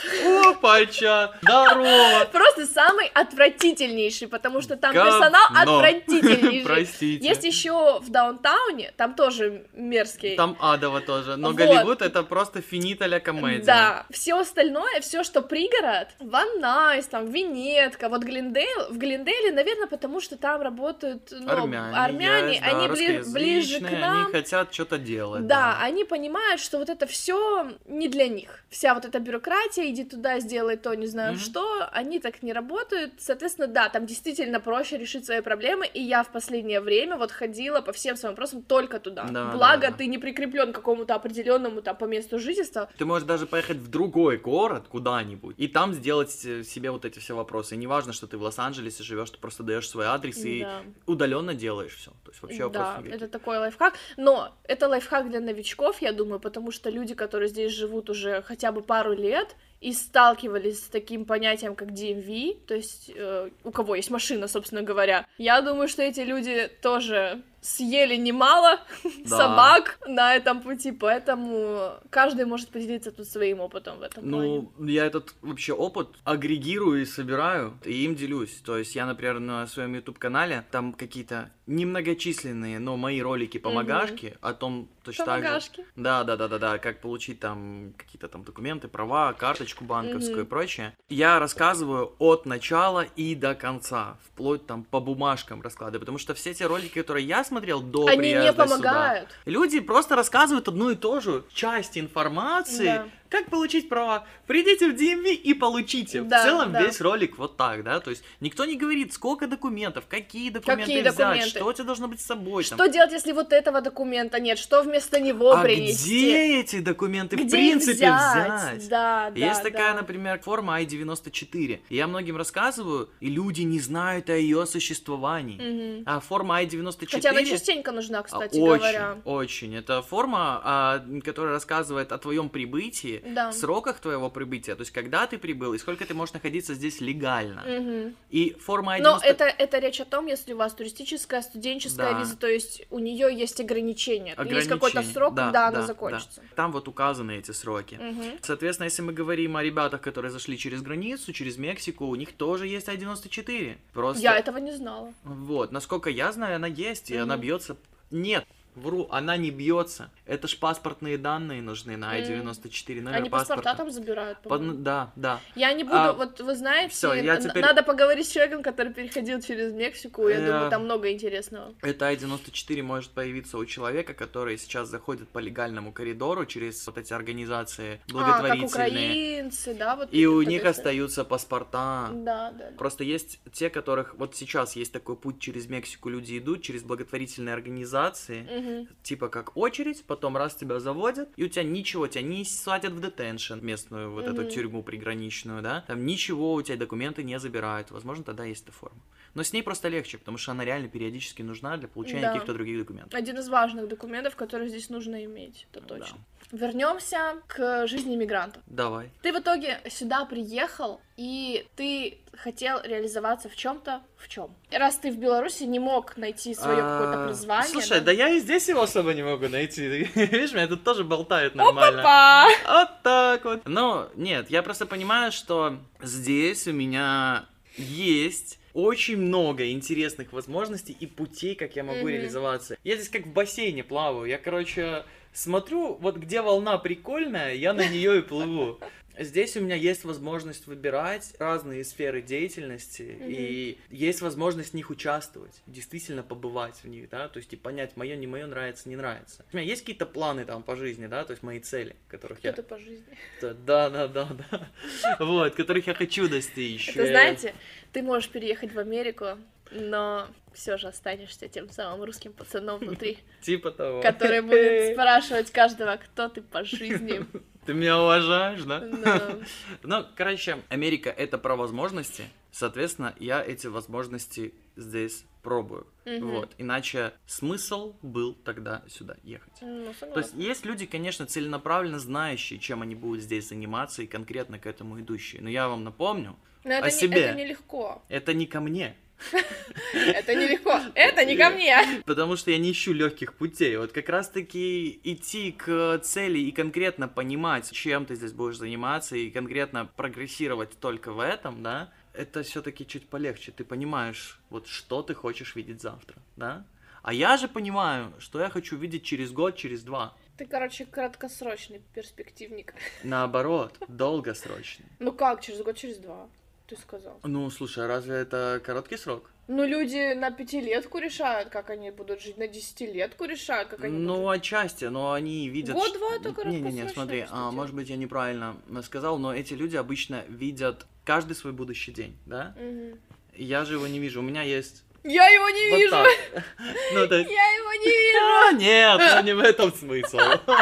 Опача! Здорово! Просто самый отвратительнейший, потому что там Говно. персонал отвратительнейший. Простите. Есть еще в Даунтауне, там тоже мерзкий. Там адово тоже. Но Вот. Голливуд это просто финита ля комедия. Да, все остальное, все, что пригород, Ван Найс, там, Винетка, вот Глендейл, в Глендейле, наверное, потому что там работают, ну, Армяне, армяне, есть, да, они бли- ближе к русскоязычные, нам. Они хотят что-то делать. Да, они понимают, что вот это все не для них. Вся вот эта бюрократия, иди туда, сделай то, не знаю Мгм. что, они так не работают. Соответственно, да, там действительно проще решить свои проблемы, и я в последнее время вот ходила по всем своим вопросам только туда. Да, Благо, да, да. ты не прикреплен к какому-то определенному там по месту жительства. Ты можешь даже поехать в другой город куда-нибудь и там сделать э, себе вот эти все вопросы. И не важно, что ты в Лос-Анджелесе живешь, ты просто даешь свой адрес и Да. удаленно делаешь все. То есть вообще вопросов Да, никаких. это такой лайфхак. Но это лайфхак для новичков, я думаю, потому что люди, которые здесь живут уже хотя бы пару лет и сталкивались с таким понятием, как ди эм ви, то есть э, у кого есть машина, собственно говоря, я думаю, что эти люди тоже съели немало Да. собак на этом пути, поэтому каждый может поделиться тут своим опытом в этом плане. Ну, я этот вообще опыт агрегирую и собираю, и им делюсь. То есть я, например, на своем YouTube-канале, там какие-то немногочисленные, но мои ролики помогашки о том, точно так же. Помогашки. Да, да, да, да, да, как получить там какие-то там документы, права, карточку банковскую Мгм. и прочее. Я рассказываю от начала и до конца, вплоть там по бумажкам раскладываю, потому что все те ролики, которые я смотрел до Они приезда не сюда, помогают. люди просто рассказывают одну и ту же часть информации, Да. как получить права? Придите в ди эм ви и получите. Да, в целом да. весь ролик вот так, да, то есть никто не говорит, сколько документов, какие документы Какие взять, документы? что у тебя должно быть с собой. Что там. делать, если вот этого документа нет? Что вместо него А принести? где эти документы Где в принципе их взять? взять? Да, да, Есть такая, да. например, форма ай девяносто четыре. И я многим рассказываю, и люди не знают о ее существовании. Мгм. А форма ай девяносто четыре... Хотя она частенько нужна, кстати а, очень, говоря. очень. Это форма, а, которая рассказывает о твоем прибытии, Да. сроках твоего прибытия, то есть когда ты прибыл и сколько ты можешь находиться здесь легально. Мгм. И форма ай Но девяносто... это, это речь о том, если у вас туристическая, студенческая Да. виза, то есть у нее есть ограничения, есть какой-то Ограничения. срок, Да, когда она да, закончится. да. Там вот указаны эти сроки. Мгм. Соответственно, если мы говорим о ребятах, которые зашли через границу, через Мексику, у них тоже есть ай девяносто четыре. Просто... Я этого не знала. Вот, насколько я знаю, она есть, и Мгм. она бьется. Нет, вру, она не бьется. Это ж паспортные данные нужны на ай девяносто четыре, номер Они паспорта паспорта. там забирают, Под- по-моему. Да, да. Я не буду, А, вот вы знаете, всё, я н- теперь- надо поговорить с человеком, который переходил через Мексику, я Э, думаю, там много интересного. Это ай девяносто четыре может появиться у человека, который сейчас заходит по легальному коридору через вот эти организации А, как благотворительные. украинцы, да, вот. И у вот них это. остаются паспорта. Да, да. Просто есть те, которых... Вот сейчас есть такой путь через Мексику, люди идут через благотворительные организации, Мгм. типа как очередь, потом раз тебя заводят, и у тебя ничего, тебя не садят в детеншн, местную вот эту Мгм. тюрьму приграничную, да, там ничего, у тебя документы не забирают, возможно, тогда есть эта форма. Но с ней просто легче, потому что она реально периодически нужна для получения Да. каких-то других документов. Один из важных документов, которые здесь нужно иметь, это Да. точно. Вернемся к жизни мигрантов. Давай. Ты в итоге сюда приехал, и ты хотел реализоваться в чем-то, в чем? Раз ты в Беларуси не мог найти свое А, какое-то призвание. Слушай, да я и здесь его особо не могу найти. Видишь, меня тут тоже болтают нормально. Опа! Вот так вот. Ну, нет, я просто понимаю, что здесь у меня есть очень много интересных возможностей и путей, как я могу Мгм. реализоваться. Я здесь как в бассейне плаваю. Я, короче, смотрю, вот где волна прикольная, я на нее и плыву. Здесь у меня есть возможность выбирать разные сферы деятельности, Мгм. и есть возможность в них участвовать, действительно побывать в них, да, то есть и понять, мое, не мое, нравится, не нравится. У меня есть какие-то планы там по жизни, да, то есть мои цели, которых я... Это по жизни. Да, да, да, да. Вот, которых я хочу достичь. Это, знаете, ты можешь переехать в Америку, но все же останешься тем самым русским пацаном внутри, Типа того. который будет спрашивать каждого, кто ты по жизни. Ты меня уважаешь, да? Да. Ну, короче, Америка — это про возможности. Соответственно, я эти возможности здесь пробую. Мгм. Вот. Иначе смысл был тогда сюда ехать. Ну, То есть согласна. есть люди, конечно, целенаправленно знающие, чем они будут здесь заниматься, и конкретно к этому идущие. Но я вам напомню, Но это о не- себе. это нелегко. это не ко мне. Это нелегко. Это не ко мне. Потому что я не ищу легких путей. Вот как раз-таки идти к цели и конкретно понимать, чем ты здесь будешь заниматься, и конкретно прогрессировать только в этом, да, это все-таки чуть полегче. Ты понимаешь, вот что ты хочешь видеть завтра, да? А я же понимаю, что я хочу видеть через год, через два. Ты, короче, краткосрочный перспективник. Наоборот, долгосрочный. Ну как, через год, через два, ты сказал. Ну, слушай, а разве это короткий срок? Ну, люди на пятилетку решают, как они будут жить, на десятилетку решают, как они Ну, будут отчасти, но они видят... Год-два ш- это Не-не-не, короткосрочная смотри, а, перспектива. может быть, я неправильно сказал, но эти люди обычно видят каждый свой будущий день, да? жить. Мгм. Я же его не вижу, у меня есть... Я его не вот вижу! так. Ну, то есть... Я его не вижу! А, нет, ну не в этом смысл.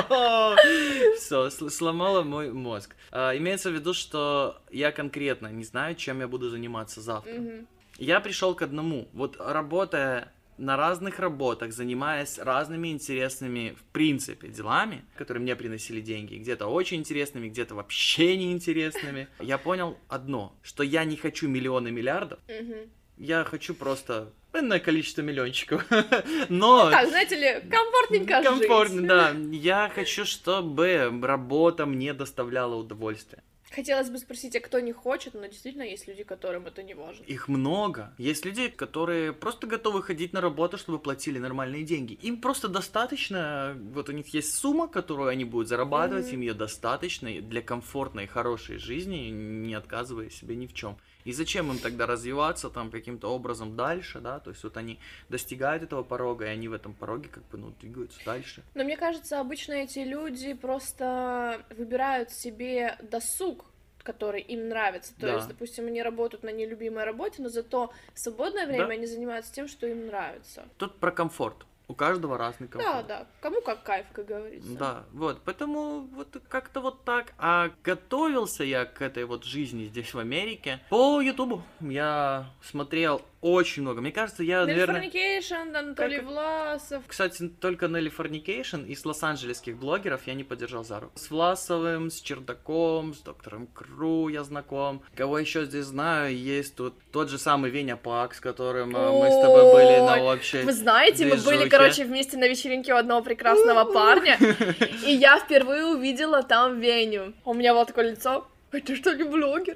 Все, сломала мой мозг. А, Имеется в виду, что я конкретно не знаю, чем я буду заниматься завтра. Мгм. Я пришел к одному. Вот работая на разных работах, занимаясь разными интересными, в принципе, делами, которые мне приносили деньги, где-то очень интересными, где-то вообще неинтересными, я понял одно, что я не хочу миллионы миллиардов, Мгм. я хочу просто энное количество миллиончиков. Но... Так, знаете ли, комфортненько Комфортно, жить. да. Я хочу, чтобы работа мне доставляла удовольствие. Хотелось бы спросить, а кто не хочет, но действительно есть люди, которым это не важно. Их много. Есть люди, которые просто готовы ходить на работу, чтобы платили нормальные деньги. Им просто достаточно, вот у них есть сумма, которую они будут зарабатывать, Мгм. им ее достаточно для комфортной, хорошей жизни, не отказывая себе ни в чем. И зачем им тогда развиваться там каким-то образом дальше, да, то есть вот они достигают этого порога, и они в этом пороге как бы, ну, двигаются дальше. Но мне кажется, обычно эти люди просто выбирают себе досуг, который им нравится. То Да. есть, допустим, они работают на нелюбимой работе, но зато в свободное время Да. они занимаются тем, что им нравится. Тут про комфорт. У каждого разный комфорт. Да, да. Кому как кайф, как говорится. Да, вот, поэтому вот как-то вот так. А готовился я к этой вот жизни здесь в Америке по Ютубу. Я смотрел очень много. Мне кажется, я, Nelly наверное... Fornication, Анатолий Как- Власов. Кстати, только Nelly Fornication из лос-анджелесских блогеров я не поддержал за руку. С Власовым, с Чердаком, с доктором Кру я знаком. Кого еще здесь знаю, есть тут тот же самый Веня Пак, с которым э, мы с тобой были на Ой, общей Вы знаете, мы были, движухе. короче, вместе на вечеринке у одного прекрасного парня, и я впервые увидела там Веню. У меня было такое лицо. Ой, ты что ли блогер?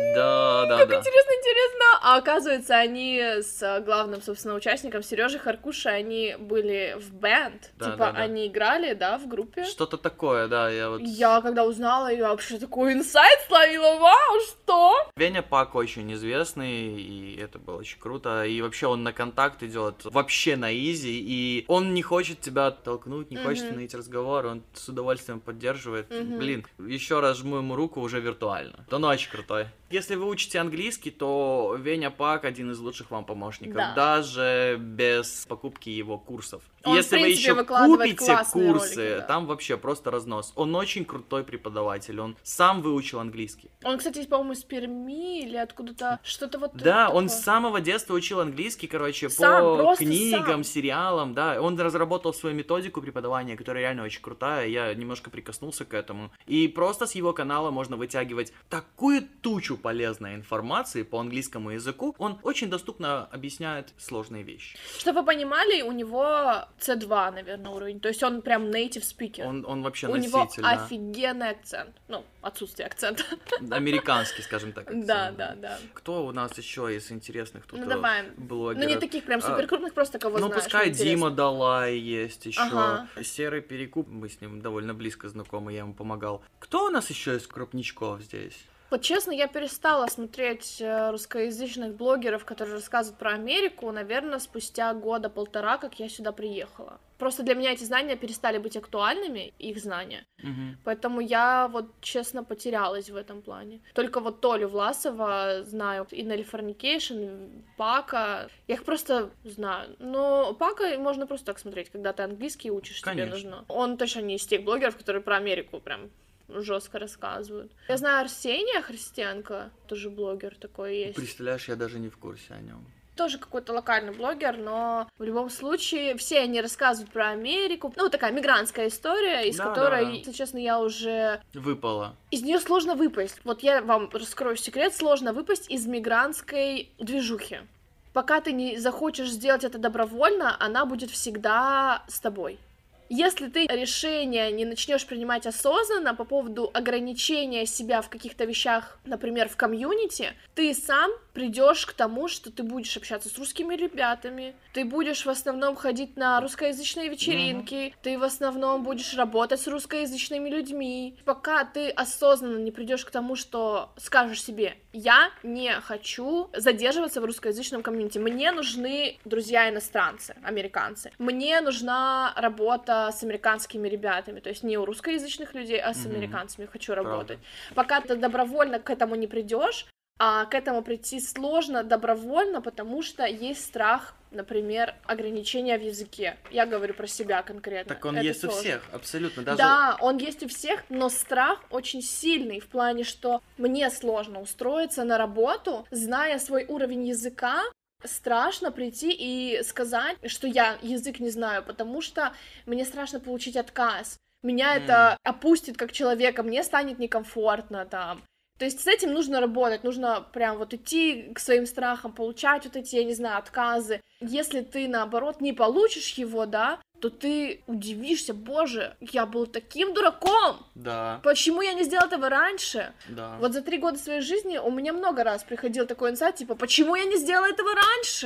Да, да, Как да. интересно, интересно. А оказывается, они с главным, собственно, участником Сережей Харкушей, они были в бэнд. Да, Типа, да, да. они играли, да, в группе. Что-то такое, да, я вот... Я когда узнала, я вообще такой инсайт словила. Вау, что? Веня Пак очень известный, и это было очень круто. И вообще он на контакт идет вообще на изи, и он не хочет тебя оттолкнуть, не Мгм. хочет найти разговор, он с удовольствием поддерживает. Мгм. Блин, еще раз жму ему руку уже виртуально. Он очень крутой. Если вы учите английский, то Веня Пак один из лучших вам помощников, Да. даже без покупки его курсов. Он, в Если вы принципе, еще выкладывает купите классные курсы, ролики, да. там вообще просто разнос. Он очень крутой преподаватель, он сам выучил английский. Он, кстати, по-моему, из Перми или откуда-то, что-то вот Да, он такое. с самого детства учил английский, короче, Сам, по просто книгам, сам. сериалам, да. Он разработал свою методику преподавания, которая реально очень крутая. Я немножко прикоснулся к этому. И просто с его канала можно вытягивать такую тучу полезной информации по английскому языку. Он очень доступно объясняет сложные вещи. Чтобы вы понимали, у него си два, наверное, уровень. То есть он прям native speaker. Он, он вообще у носитель, него да. офигенный акцент. Ну, отсутствие акцента. Американский, скажем так. Да, акцент. да, да. Кто у нас еще из интересных тут Ну, э, давай. блогеров? Ну, не таких прям А, супер крупных, просто кого Ну, знаешь. пускай интересно. Дима Далай есть еще. Ага. Серый Перекуп, мы с ним довольно близко знакомы, я ему помогал. Кто у нас еще из крупничков здесь? Вот честно, я перестала смотреть э, русскоязычных блогеров, которые рассказывают про Америку, наверное, спустя года полтора, как я сюда приехала. Просто для меня эти знания перестали быть актуальными, их знания. Мгм. Поэтому я вот, честно, потерялась в этом плане. Только вот Толю Власова знаю, и Nelly Fornication, и Пака. Я их просто знаю. Но Пака можно просто так смотреть, когда ты английский учишь, тебе Конечно. нужно. Он точно не из тех блогеров, которые про Америку прям жестко рассказывают. Я знаю Арсения Христианко, тоже блогер такой есть. Представляешь, я даже не в курсе о нем. Тоже какой-то локальный блогер, но в любом случае все они рассказывают про Америку. Ну, такая мигрантская история, из Да, которой, да. если честно, я уже... Выпало. Из нее сложно выпасть. Вот я вам раскрою секрет, сложно выпасть из мигрантской движухи. Пока ты не захочешь сделать это добровольно, она будет всегда с тобой. Если ты решение не начнешь принимать осознанно по поводу ограничения себя в каких-то вещах, например, в комьюнити, ты сам придешь к тому, что ты будешь общаться с русскими ребятами, ты будешь в основном ходить на русскоязычные вечеринки, ты в основном будешь работать с русскоязычными людьми. Пока ты осознанно не придешь к тому, что скажешь себе: я не хочу задерживаться в русскоязычном комьюнити, мне нужны друзья-иностранцы, американцы, мне нужна работа с американскими ребятами, то есть не у русскоязычных людей, а с Мгм. американцами хочу Правда. работать. Пока ты добровольно к этому не придешь, а к этому прийти сложно добровольно, потому что есть страх, например, ограничения в языке. Я говорю про себя конкретно. Так он Это есть у сложно. всех, абсолютно. Даже... Да, он есть у всех, но страх очень сильный в плане, что мне сложно устроиться на работу, зная свой уровень языка. Страшно прийти и сказать, что я язык не знаю, потому что мне страшно получить отказ. Меня М. это опустит как человека, мне станет некомфортно там. То есть с этим нужно работать, нужно прям вот идти к своим страхам, получать вот эти, я не знаю, отказы. Если ты, наоборот, не получишь его, да, то ты удивишься: боже, я был таким дураком! Да, Почему я не сделал этого раньше? да. Вот за три года своей жизни у меня много раз приходил такой инсайт, типа, почему я не сделала этого раньше?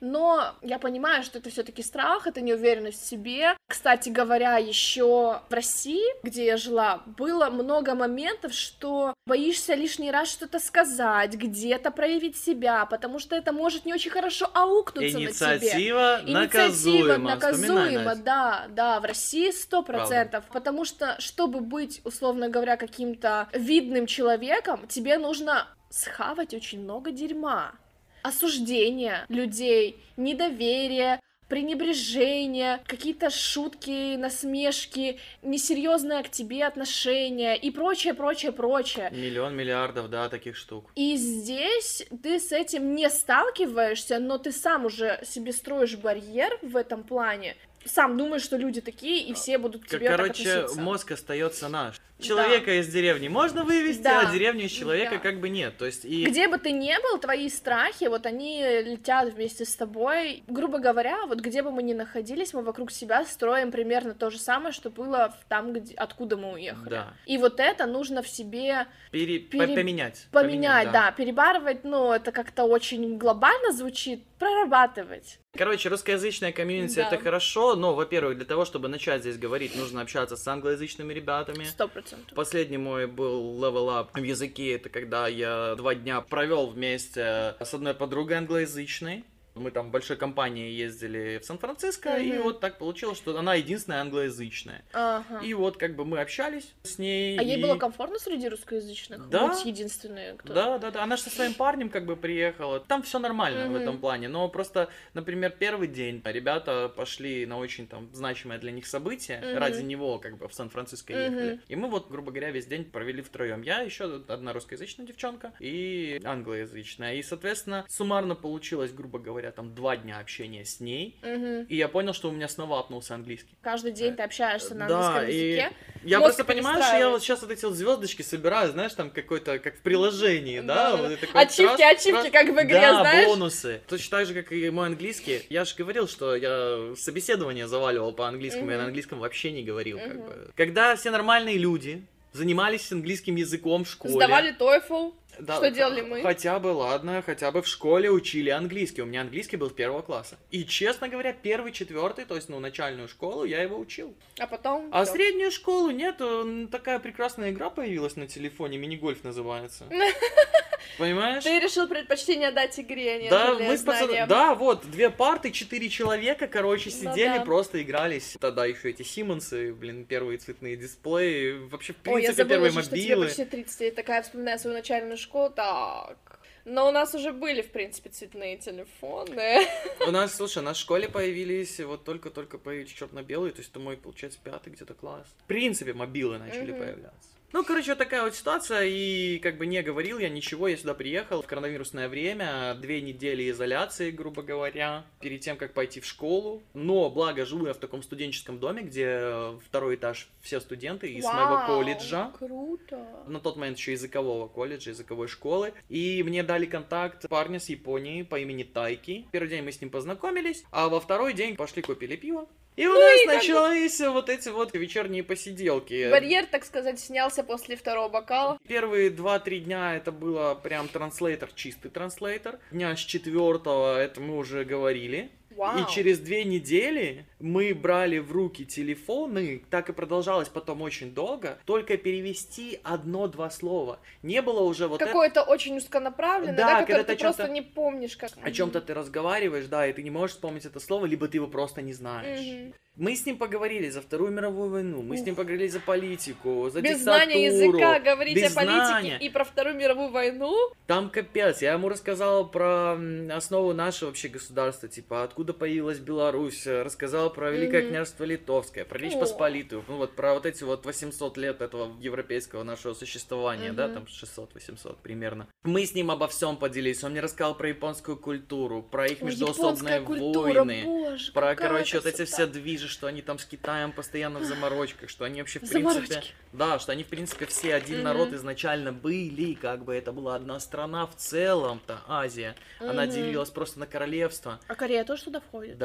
но я понимаю, что это все-таки страх, это неуверенность в себе. Кстати говоря, еще в России, где я жила, было много моментов, что боишься лишний раз что-то сказать, где-то проявить себя, потому что это может не очень хорошо аукнуться на тебе. Инициатива наказуема. наказуема, да, да, в России сто процентов, потому что, чтобы быть, условно говоря, каким-то видным человеком, тебе нужно схавать очень много дерьма. Осуждение людей, недоверие, пренебрежение, какие-то шутки, насмешки, несерьезное к тебе отношение и прочее, прочее, прочее. Миллион миллиардов, да, таких штук. И здесь ты с этим не сталкиваешься, но ты сам уже себе строишь барьер в этом плане. Сам думаешь, что люди такие, и все будут к тебе Короче, так относиться. мозг остается наш. Человека да. из деревни можно вывести, да. а деревню из человека да. как бы нет. То есть и... Где бы ты ни был, твои страхи, вот они летят вместе с тобой. Грубо говоря, вот где бы мы ни находились, мы вокруг себя строим примерно то же самое, что было там, где... откуда мы уехали. Да. И вот это нужно в себе... Пере... Пере... Поменять. Поменять, поменять да. да. Перебарывать, ну, это как-то очень глобально звучит. Прорабатывать. Короче, русскоязычная комьюнити да. это хорошо, но, во-первых, для того, чтобы начать здесь говорить, нужно общаться с англоязычными ребятами. Сто процентов. Последний мой был level up в языке, это когда я два дня провел вместе с одной подругой англоязычной. Мы там в большой компании ездили в Сан-Франциско, mm-hmm. и вот так получилось, что она единственная англоязычная. Uh-huh. И вот как бы мы общались с ней. А ей и... было комфортно среди русскоязычных? Да. Быть единственной, кто... Да, да, да. Она же со своим парнем как бы приехала. Там все нормально mm-hmm. в этом плане. Но просто, например, первый день ребята пошли на очень там значимое для них событие. Mm-hmm. Ради него как бы в Сан-Франциско mm-hmm. ехали. И мы вот, грубо говоря, весь день провели втроем. Я, еще одна русскоязычная девчонка и англоязычная. И, соответственно, суммарно получилось, грубо говоря, там два дня общения с ней, угу. и я понял, что у меня снова апнулся английский. Каждый день ты общаешься на да, английском языке. Я просто понимаю, что я вот сейчас вот эти вот звездочки собираю, знаешь, там какой-то, как в приложении, да? да. Вот такой ачивки, раз, ачивки, раз, как в игре, да, знаешь? бонусы. Точно так же, как и мой английский. Я же говорил, что я собеседование заваливал по английскому, угу. я на английском вообще не говорил, угу. как бы. Когда все нормальные люди занимались английским языком в школе. Сдавали TOEFL. Да, что делали мы? Хотя бы, ладно, хотя бы в школе учили английский. У меня английский был с первого класса. И, честно говоря, первый, четвертый, то есть, ну, начальную школу я его учил. А потом? А всё. Среднюю школу нет, такая прекрасная игра появилась на телефоне, мини-гольф называется. Понимаешь? Ты решил предпочтение дать игре, нежели да, мы с знаниям. Да, вот, две парты, четыре человека, короче, сидели, ну, да. просто игрались. Тогда еще эти Симмонсы, блин, первые цветные дисплеи, вообще, в принципе, Ой, я забыла первые же, мобилы. что тебе почти тридцать, я такая вспоминаю свою начальную школу, так... Но у нас уже были, в принципе, цветные телефоны. У нас, слушай, у нас в школе появились, вот только-только появились черно-белые, то есть это мой, получается, пятый где-то класс. В принципе, мобилы начали mm-hmm. появляться. Ну, короче, вот такая вот ситуация, и как бы не говорил я ничего, я сюда приехал в коронавирусное время, две недели изоляции, грубо говоря, перед тем, как пойти в школу. Но, благо, живу я в таком студенческом доме, где второй этаж все студенты из Вау, моего колледжа. Круто! На тот момент еще языкового колледжа, языковой школы. И мне дали контакт парня с Японии по имени Тайки. Первый день мы с ним познакомились, а во второй день пошли купили пиво. И у ну нас и начались как... вот эти вот вечерние посиделки. Барьер, так сказать, снялся после второго бокала. Первые два-три дня это было прям транслейтер, чистый транслейтер. Дня с четвертого это мы уже говорили. Вау. И через две недели мы брали в руки телефоны, так и продолжалось потом очень долго, только перевести одно-два слова. Не было уже вот какое-то это... очень узконаправленное, да, да которое ты просто не помнишь, как... О чем-то ты разговариваешь, да, и ты не можешь вспомнить это слово, либо ты его просто не знаешь. Mm-hmm. Мы с ним поговорили за Вторую мировую войну, мы Ух. с ним поговорили за политику, за без диктатуру. Без знания языка говорить без о политике знания. И про Вторую мировую войну? Там капец, я ему рассказал про основу нашего вообще государства, типа, откуда появилась Беларусь, рассказал про Великое mm-hmm. княжество Литовское, про Речь Посполитую, ну вот про вот эти вот восемьсот лет этого европейского нашего существования, mm-hmm. да, там шестьсот-восемьсот примерно. Мы с ним обо всем поделились, он мне рассказал про японскую культуру, про их междуусобные войны, боже, про, короче, красота. Вот эти все движения, что они там с Китаем постоянно в заморочках, что они вообще в Заморочки. принципе... Да, что они в принципе все один mm-hmm. народ изначально были, как бы это была одна страна в целом-то, Азия. Mm-hmm. Она делилась просто на королевства. А Корея тоже туда входит? Да.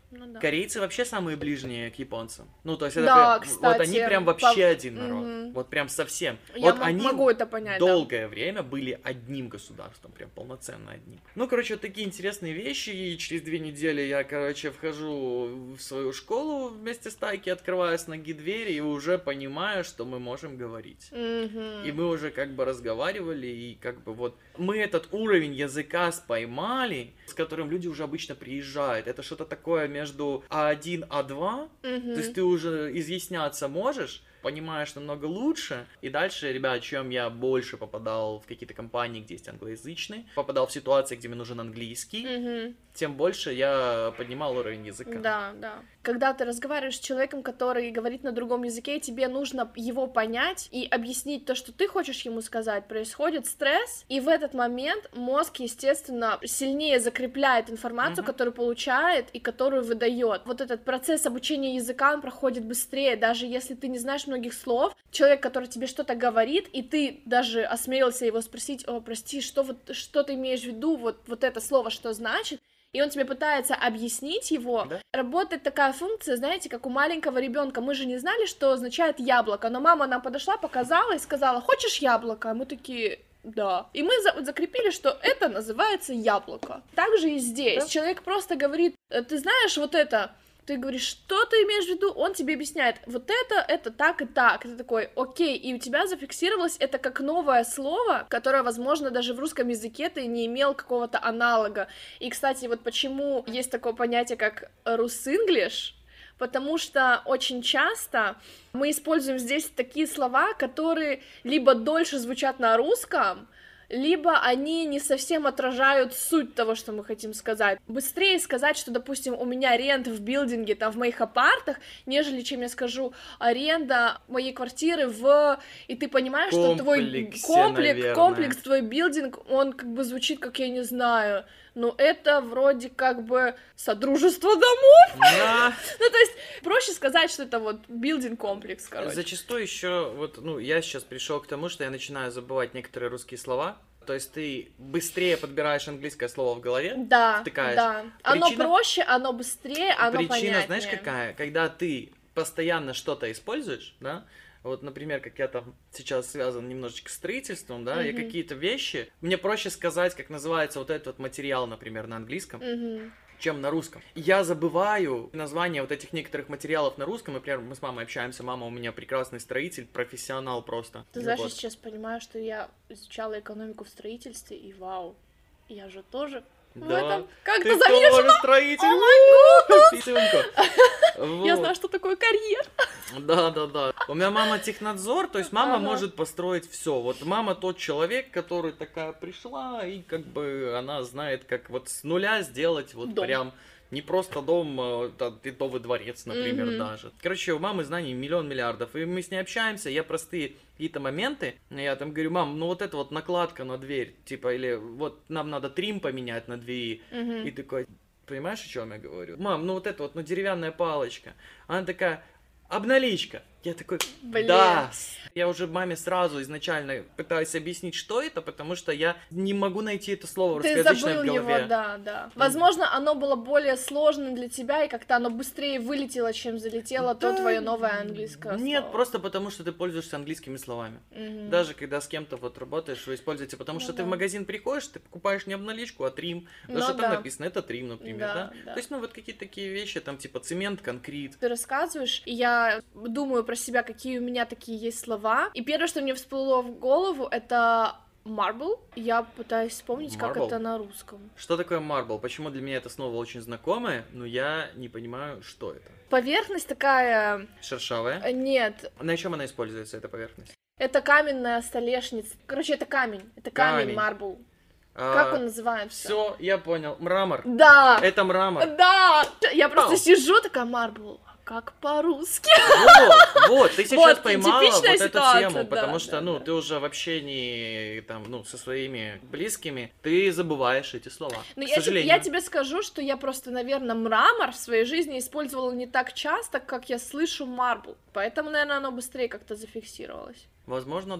Ну, да. Корейцы вообще самые ближние к японцам. Ну, то есть это Да, прям- кстати, вот они прям вообще по- один народ. Мгм. Вот прям совсем. Я вот м- они могу это понять, да. долгое время были одним государством, прям полноценно одним. Ну, короче, вот такие интересные вещи, и через две недели я, короче, вхожу в свою школу вместе с Тайки, открываю с ноги двери и уже понимаю, что мы можем говорить. Мгм. И мы уже как бы разговаривали, и как бы вот мы этот уровень языка споймали, с которым люди уже обычно приезжают. Это что-то такое между А один, А два, Мгм. то есть ты уже изъясняться можешь, понимаешь намного лучше. И дальше, ребят, чем я больше попадал в какие-то компании, где есть англоязычные, попадал в ситуации, где мне нужен английский, Мгм. тем больше я поднимал уровень языка. Да, да. Когда ты разговариваешь с человеком, который говорит на другом языке, тебе нужно его понять и объяснить то, что ты хочешь ему сказать, происходит стресс, и в этот момент мозг, естественно, сильнее закрепляет информацию, Мгм. которую получает и которую выдает. Вот этот процесс обучения языка, он проходит быстрее, даже если ты не знаешь многих слов, человек, который тебе что-то говорит, и ты даже осмелился его спросить: о, прости, что, вот, что ты имеешь в виду, вот, вот это слово что значит, и он тебе пытается объяснить его. Да. Работает такая функция, знаете, как у маленького ребенка. Мы же не знали, что означает яблоко, но мама нам подошла, показала и сказала: хочешь яблоко? А мы такие: да. И мы за- закрепили, что это называется яблоко. Так же и здесь. Да. Человек просто говорит: «Э, ты знаешь вот это? Ты говоришь, что ты имеешь в виду? Он тебе объясняет: вот это, это так и так. И ты такой: окей, и у тебя зафиксировалось это как новое слово, которое, возможно, даже в русском языке ты не имел какого-то аналога. И, кстати, вот почему есть такое понятие, как русинглиш, потому что очень часто мы используем здесь такие слова, которые либо дольше звучат на русском, либо они не совсем отражают суть того, что мы хотим сказать. Быстрее сказать, что, допустим, у меня рент в билдинге, там, в моих апартах, нежели чем я скажу аренда моей квартиры в... И ты понимаешь, что твой Комплексе, комплекс, наверное. комплекс, твой билдинг, он как бы звучит, как я не знаю, ну это вроде как бы содружество домов. Да. Ну, то есть, проще сказать, что это вот билдинг-комплекс, короче. Зачастую еще вот, ну, я сейчас пришел к тому, что я начинаю забывать некоторые русские слова. То есть ты быстрее подбираешь английское слово в голове. Да, втыкаешь. да. Оно Причина- проще, оно быстрее, оно Причина, понятнее. знаешь, какая? Когда ты постоянно что-то используешь, да, вот, например, как я там сейчас связан немножечко с строительством, да, и Мгм. какие-то вещи, мне проще сказать, как называется вот этот вот материал, например, на английском, Мгм. чем на русском. Я забываю название вот этих некоторых материалов на русском. Например, мы с мамой общаемся, мама у меня прекрасный строитель, профессионал просто. Ты знаешь, я Вот. сейчас понимаю, что я изучала экономику в строительстве, и вау, я же тоже в Да, этом как-то ты замешана. тоже строитель! О май Писюнька. Я Вот. знаю, что такое карьер. Да, да, да. У меня мама технадзор, то есть мама Ага. может построить все. Вот мама тот человек, который такая пришла, и как бы она знает, как вот с нуля сделать вот Дом. прям не просто дом, а там, Ледовый дворец, например, Мгм. даже. Короче, у мамы знаний миллион миллиардов, и мы с ней общаемся, я простые какие-то моменты, я там говорю: мам, ну вот это вот накладка на дверь, типа, или вот нам надо трим поменять на двери, Мгм. и такой: понимаешь, о чем я говорю? Мам, ну вот это вот, ну деревянная палочка. Она такая: обналичка. Я такой: Блин. да. Я уже маме сразу изначально пытаюсь объяснить, что это, потому что я не могу найти это слово Ты русскоязычное забыл в голове. его, да, да. Возможно, оно было более сложным для тебя, и как-то оно быстрее вылетело, чем залетело то Да, твое новое английское Нет, слово. просто потому что ты пользуешься английскими словами. Мгм. Даже когда с кем-то вот работаешь, вы используете, потому Ну что ты да. в магазин приходишь, ты покупаешь не обналичку, а трим. Потому Ну что там да. написано: это трим, например, Да, да? да. То есть, ну вот какие-то такие вещи, там типа цемент, конкрет. Ты рассказываешь, и я думаю про себя, какие у меня такие есть слова. И первое, что мне всплыло в голову, это marble. Я пытаюсь вспомнить, как Marble? это на русском. Что такое marble? Почему для меня это снова очень знакомое, но я не понимаю, что это. Поверхность такая... Шершавая. э, Нет, На чем она используется, эта поверхность? это каменная столешница. Короче, это камень. Это камень, Камень. marble. Как он называется? Все, я понял. Мрамор. Да! Это мрамор. Да! Я просто Вау. сижу, такая, marble. А как по-русски? Вот, вот, ты сейчас Вот, поймала типичная вот эту ситуация, тему, да, потому что, да, ну, да. ты уже в общении, там, ну, со своими близкими, ты забываешь эти слова, Ну, к я, тебе, сожалению. я тебе скажу, что я просто, наверное, мрамор в своей жизни использовала не так часто, как я слышу marble. Поэтому, наверное, оно быстрее как-то зафиксировалось. Возможно, да.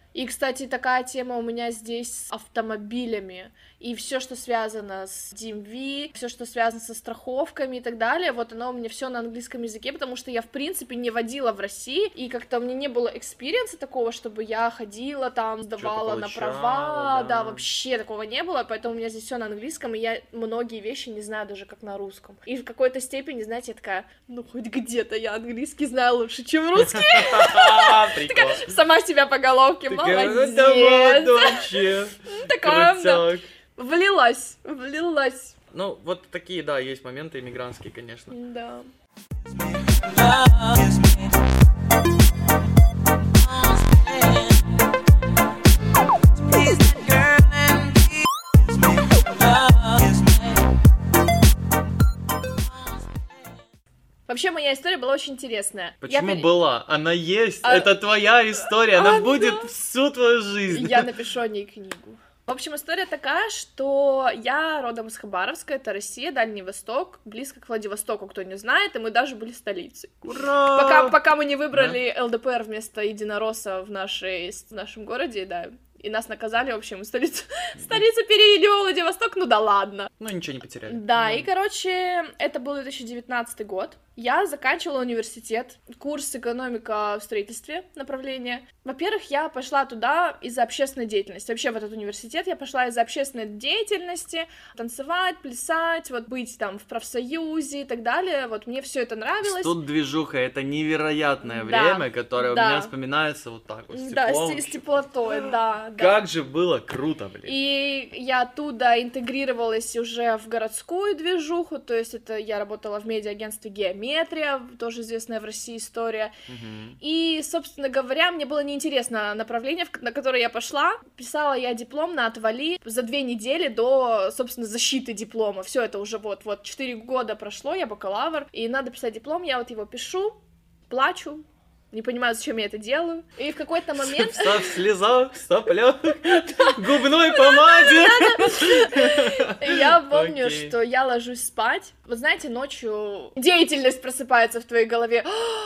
И, кстати, такая тема у меня здесь с автомобилями. И все, что связано с ди эм ви, все, что связано со страховками и так далее, вот оно у меня все на английском языке, потому что я, в принципе, не водила в России, и как-то у меня не было экспириенса такого, чтобы я ходила там, сдавала на права, да. да, вообще такого не было, поэтому у меня здесь все на английском, и я многие вещи не знаю даже как на русском. И в какой-то степени, знаете, я такая, ну, хоть где-то я английский знаю лучше, чем русский. Сама себя по головке, молодец. Такая, влилась, влилась. Ну, вот такие, да, есть моменты иммигрантские, конечно. Да. Вообще, моя история была очень интересная. Почему я... была? Она есть, а... это твоя история, она а, будет да. всю твою жизнь. Я напишу о ней книгу. В общем, история такая, что я родом из Хабаровска, это Россия, Дальний Восток, близко к Владивостоку, кто не знает, и мы даже были столицей. Ура! Пока, пока мы не выбрали да? эл дэ пэ эр вместо единоросса в, нашей, в нашем городе, да, и нас наказали, в общем, столицу, столицу перевели в Владивосток, ну да ладно. Ну, ничего не потеряли. Да, ну. и, короче, это был две тысячи девятнадцатый год. Я заканчивала университет, курс экономика в строительстве, направление. Во-первых, я пошла туда из-за общественной деятельности. Вообще в этот университет я пошла из-за общественной деятельности, танцевать, плясать, вот быть там в профсоюзе и так далее. Вот мне все это нравилось. Тут движуха, это невероятное да, время, которое да. у меня вспоминается вот так вот, с да, теплом. с, с теплотой, да, да. Как же было круто, блин. И я оттуда интегрировалась уже в городскую движуху, то есть это я работала в медиа-агентстве «Геометрия», тоже известная в России история. Угу. И, собственно говоря, мне было неинтересно направление, на которое я пошла. Писала я диплом на отвали за две недели до, собственно, защиты диплома. Все это уже вот-вот четыре года прошло, я бакалавр, и надо писать диплом, я вот его пишу, плачу. Не понимаю, зачем я это делаю. И в какой-то момент... В слезах, в соплях, губной помаде. Я помню, что я ложусь спать. Вы знаете, ночью деятельность просыпается в твоей голове.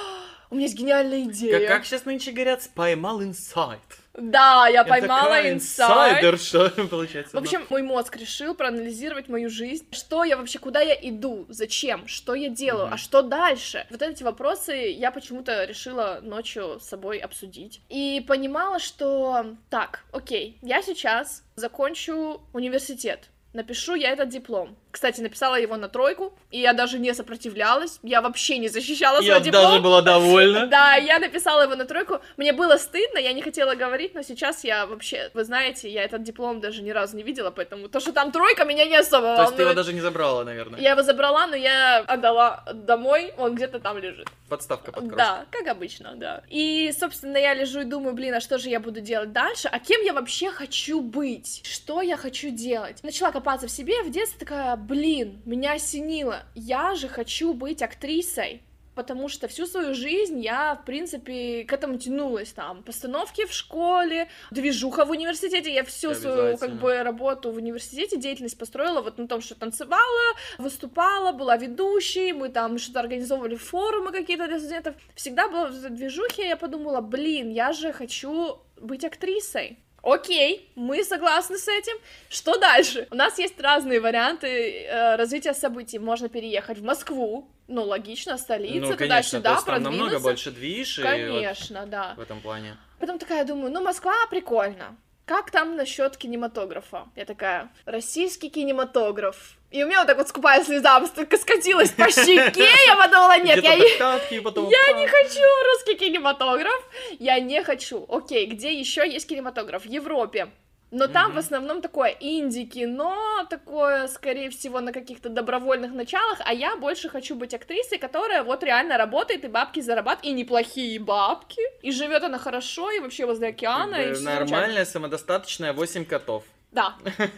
У меня есть гениальная идея. Как сейчас нынче говорят, поймал инсайт. Да, я поймала инсайт. Инсайдерша, получается. В общем, мой мозг решил проанализировать мою жизнь. Что я вообще, куда я иду, зачем, что я делаю, mm-hmm. а что дальше? Вот эти вопросы я почему-то решила ночью с собой обсудить. И понимала, что так, окей, я сейчас закончу университет. Напишу я этот диплом. Кстати, написала его на тройку, и я даже не сопротивлялась, я вообще не защищала свой я диплом. Я даже была довольна. Да, я написала его на тройку. Мне было стыдно, я не хотела говорить, но сейчас я вообще, вы знаете, я этот диплом даже ни разу не видела, поэтому то, что там тройка, меня не особо волнует. То есть ты его даже не забрала, наверное? Я его забрала, но я отдала домой, он где-то там лежит. Подставка под крошку. Да, как обычно, да. И, собственно, я лежу и думаю, блин, а что же я буду делать дальше? А кем я вообще хочу быть? Что я хочу делать? Начала копаться в себе, в детстве такая, блин, меня осенило. Я же хочу быть актрисой. Потому что всю свою жизнь я, в принципе, к этому тянулась, там, постановки в школе, движуха в университете, я всю свою, как бы, работу в университете, деятельность построила вот на том, что танцевала, выступала, была ведущей, мы там что-то организовывали форумы какие-то для студентов, всегда была в движухе, я подумала, блин, я же хочу быть актрисой. Окей, мы согласны с этим. Что дальше? У нас есть разные варианты э, развития событий. Можно переехать в Москву, ну, логично, столица, ну, туда-сюда, продвинуться. Там намного больше движ, конечно, вот да. В этом плане. Потом такая думаю, ну, Москва прикольно. Как там насчет кинематографа? Я такая, российский кинематограф. И у меня вот так вот скупая слеза скатилась по щеке, я подумала, нет, я, тапки, потом я не хочу русский кинематограф, я не хочу. Окей, где еще есть кинематограф? В Европе. Но там mm-hmm. в основном такое инди-кино, такое, скорее всего, на каких-то добровольных началах, а я больше хочу быть актрисой, которая вот реально работает и бабки зарабатывает, и неплохие бабки, и живет она хорошо, и вообще возле океана, и все нормальная, самодостаточная, восемь котов. Да.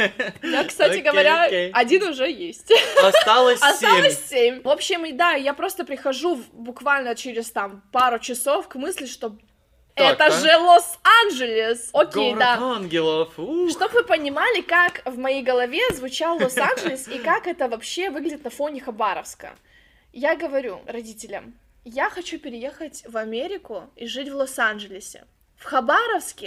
Я, кстати okay, говоря, okay. один уже есть. Осталось семь. Осталось семь. В общем, да, я просто прихожу буквально через там пару часов к мысли, что так, это а? же Лос-Анджелес. Окей, город да. ангелов. Ух. Чтоб вы понимали, как в моей голове звучал Лос-Анджелес и как это вообще выглядит на фоне Хабаровска. Я говорю родителям, я хочу переехать в Америку и жить в Лос-Анджелесе. В Хабаровске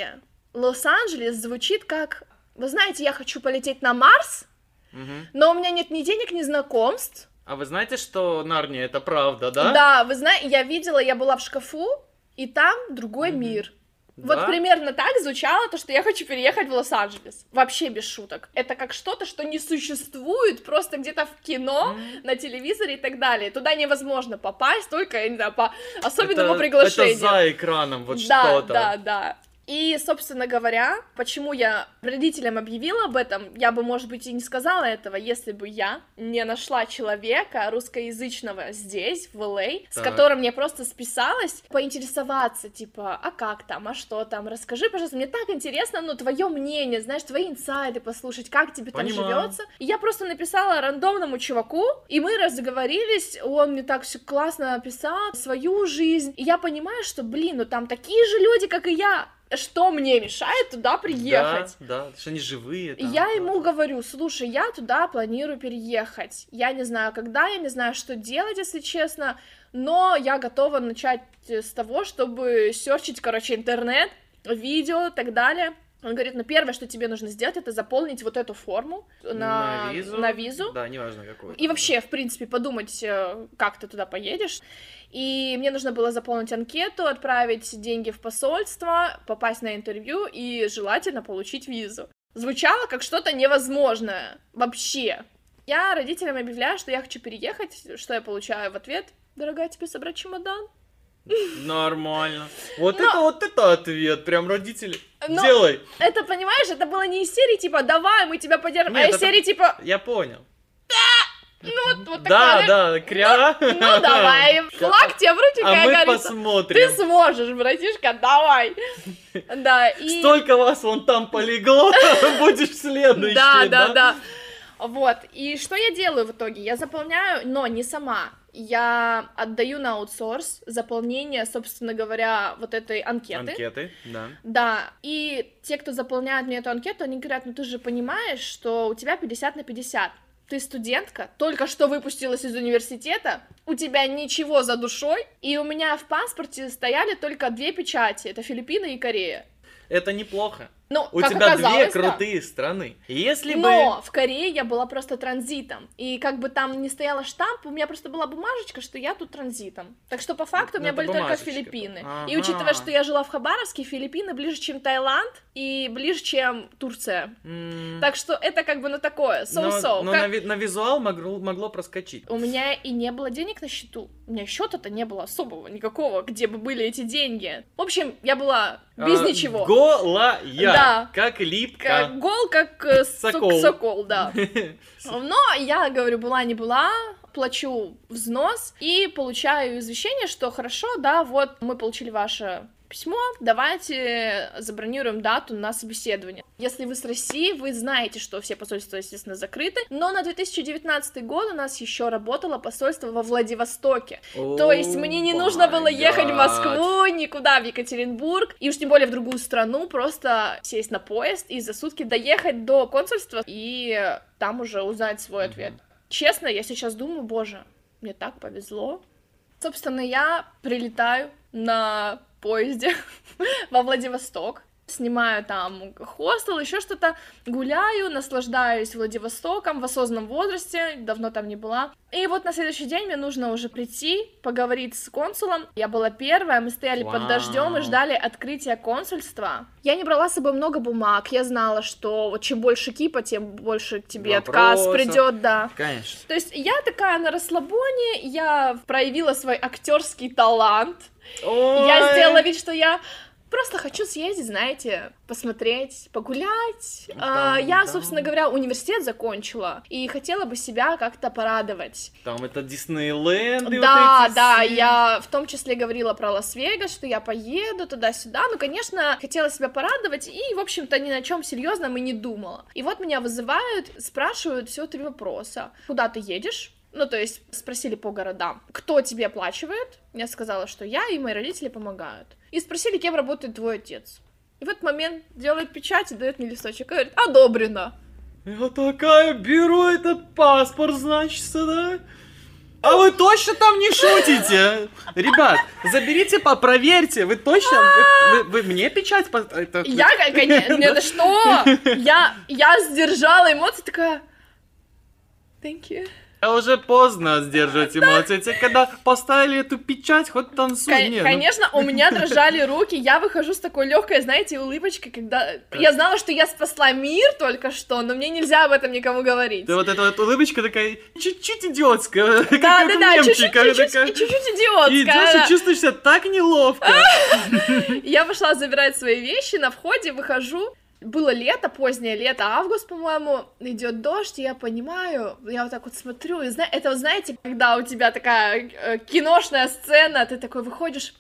Лос-Анджелес звучит как, вы знаете, я хочу полететь на Марс, Мгм. но у меня нет ни денег, ни знакомств. А вы знаете, что Нарния это правда, да? Да, вы знаете, я видела, я была в шкафу, и там другой Мгм. мир. Да? Вот примерно так звучало то, что я хочу переехать в Лос-Анджелес. Вообще без шуток. Это как что-то, что не существует просто где-то в кино, М. на телевизоре и так далее. Туда невозможно попасть, только, я не знаю, по особенному Это- приглашению. Это за экраном вот Да, что-то. да, да. И, собственно говоря, почему я родителям объявила об этом, я бы, может быть, и не сказала этого, если бы я не нашла человека русскоязычного здесь, в Л А, с Так. которым я просто списалась, поинтересоваться, типа, а как там, а что там, расскажи, пожалуйста, мне так интересно, ну, твое мнение, знаешь, твои инсайды послушать, как тебе там Понимаю. живется. И я просто написала рандомному чуваку, и мы разговорились, он мне так все классно описал свою жизнь, и я понимаю, что, блин, ну там такие же люди, как и я, что мне мешает туда приехать? Да, да, что они живые. И там, я да. ему говорю, слушай, я туда планирую переехать. Я не знаю, когда, я не знаю, что делать, если честно, но я готова начать с того, чтобы серчить, короче, интернет, видео и так далее. Он говорит, ну первое, что тебе нужно сделать, это заполнить вот эту форму на, на визу. на визу. Да, неважно какой. И вообще, в принципе, подумать, э, как ты туда поедешь. И мне нужно было заполнить анкету, отправить деньги в посольство, попасть на интервью и желательно получить визу. Звучало как что-то невозможное. Вообще. Я родителям объявляю, что я хочу переехать, что я получаю в ответ. Дорогая, тебе собрать чемодан? Нормально. Вот Но- это вот это ответ, прям родители. Но- Делай. Это, понимаешь, это было не из серии типа «давай, мы тебя поддержим», а Нет, из это- серии типа Я понял. «ну вот, вот Да, такое, да, кря. ну давай, флаг тебе в руки, А как мы говорится. Ты посмотрим. сможешь, братишка, давай. Да, и... Столько вас вон там полегло, будешь следующий, Да, да, да. Вот, и что я делаю в итоге? Я заполняю, но не сама. Я отдаю на аутсорс заполнение, собственно говоря, вот этой анкеты. Анкеты, да. Да, и те, кто заполняет мне эту анкету, они говорят, ну ты же понимаешь, что у тебя пятьдесят на пятьдесят. Ты студентка, только что выпустилась из университета, у тебя ничего за душой, и у меня в паспорте стояли только две печати, это Филиппины и Корея. Это неплохо. Ну, У как тебя две оказалось, да. крутые страны. Если бы... Но в Корее я была просто транзитом, и как бы там не стояла штамп, у меня просто была бумажечка, что я тут транзитом. Так что по факту у Ну, меня это были только бумажечка. Филиппины. Ага. И учитывая, что я жила в Хабаровске, Филиппины ближе, чем Таиланд, и ближе, чем Турция. М, Так что это как бы ну такое, но соу-соу. но Как- на, ви- на визуал могло, могло проскочить. У меня и не было денег на счету. У меня счета-то не было особого, никакого, где бы были эти деньги. В общем, я была без А, ничего. Голая. Да. Как липка. Как гол, как э, сок- Сокол. сокол, да. Но я, говорю, была не была, плачу взнос и получаю извещение, что хорошо, да, вот мы получили ваше письмо, давайте забронируем дату на собеседование. Если вы с России, вы знаете, что все посольства, естественно, закрыты, но на две тысячи девятнадцатый год у нас еще работало посольство во Владивостоке. То есть мне не нужно было ехать в Москву, никуда, в Екатеринбург, и уж тем более в другую страну, просто сесть на поезд и за сутки доехать до консульства и там уже узнать свой ответ. Честно, я сейчас думаю, боже, мне так повезло. Собственно, я прилетаю на поезде во Владивосток, снимаю там хостел, еще что-то, гуляю, наслаждаюсь Владивостоком в осознанном возрасте, давно там не была. И вот на следующий день мне нужно уже прийти, поговорить с консулом. Я была первая, мы стояли под Вау. дождем и ждали открытия консульства. Я не брала с собой много бумаг, я знала, что вот чем больше кипа, тем больше к тебе отказ Вопросов. придет, да. Конечно. То есть я такая на расслабоне, я проявила свой актерский талант. Я сделала вид, что я просто хочу съездить, знаете, посмотреть, погулять. Да, А, я, да. собственно говоря, университет закончила и хотела бы себя как-то порадовать. Там это Диснейленд. и Да, вот эти да, все. я в том числе говорила про Лас-Вегас, что я поеду туда-сюда. Ну, конечно, хотела себя порадовать и, в общем-то, ни на чем серьезном и не думала. И вот меня вызывают, спрашивают всего три вопроса. Куда ты едешь? Ну, то есть спросили по городам, кто тебе оплачивает? Я сказала, что я и мои родители помогают. И спросили, кем работает твой отец. И в этот момент делает печать и дает мне листочек и говорит, одобрено. Я такая, беру этот паспорт, значит, да? А вы точно там не шутите? Ребят, заберите, проверьте, вы точно... Вы, вы, вы мне печать... По... Это... Я, конечно, это что? Я, я сдержала эмоции, такая... Thank you. А уже поздно сдерживать эмоции. Те, когда поставили эту печать, хоть танцуй. Кон- Не, конечно, ну... у меня дрожали руки, я выхожу с такой легкой, знаете, улыбочкой, когда... Я знала, что я спасла мир только что, но мне нельзя об этом никому говорить. Да вот эта вот улыбочка такая чуть-чуть идиотская. Да-да-да, чуть-чуть идиотская. И идёшь и чувствуешь себя так неловко. Я пошла забирать свои вещи, на входе выхожу. Было лето, позднее лето, август, по-моему, идет дождь, и я понимаю, я вот так вот смотрю, и зна... это, вот, знаете, когда у тебя такая э, киношная сцена, ты такой выходишь...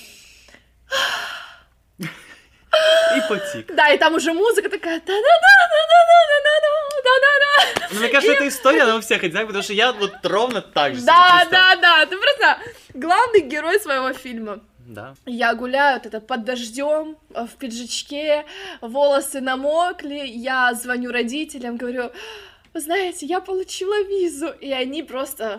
И потик. Да, и там уже музыка такая... да-да-да-да-да-да-да-да-да-да. Ну, мне кажется, эта история, она у всех одинаковая, потому что я вот ровно так же себя Да, чувствую. да, да, ты просто главный герой своего фильма. Да. Я гуляю вот это под дождем, в пиджачке, волосы намокли, я звоню родителям, говорю, вы знаете, я получила визу, и они просто...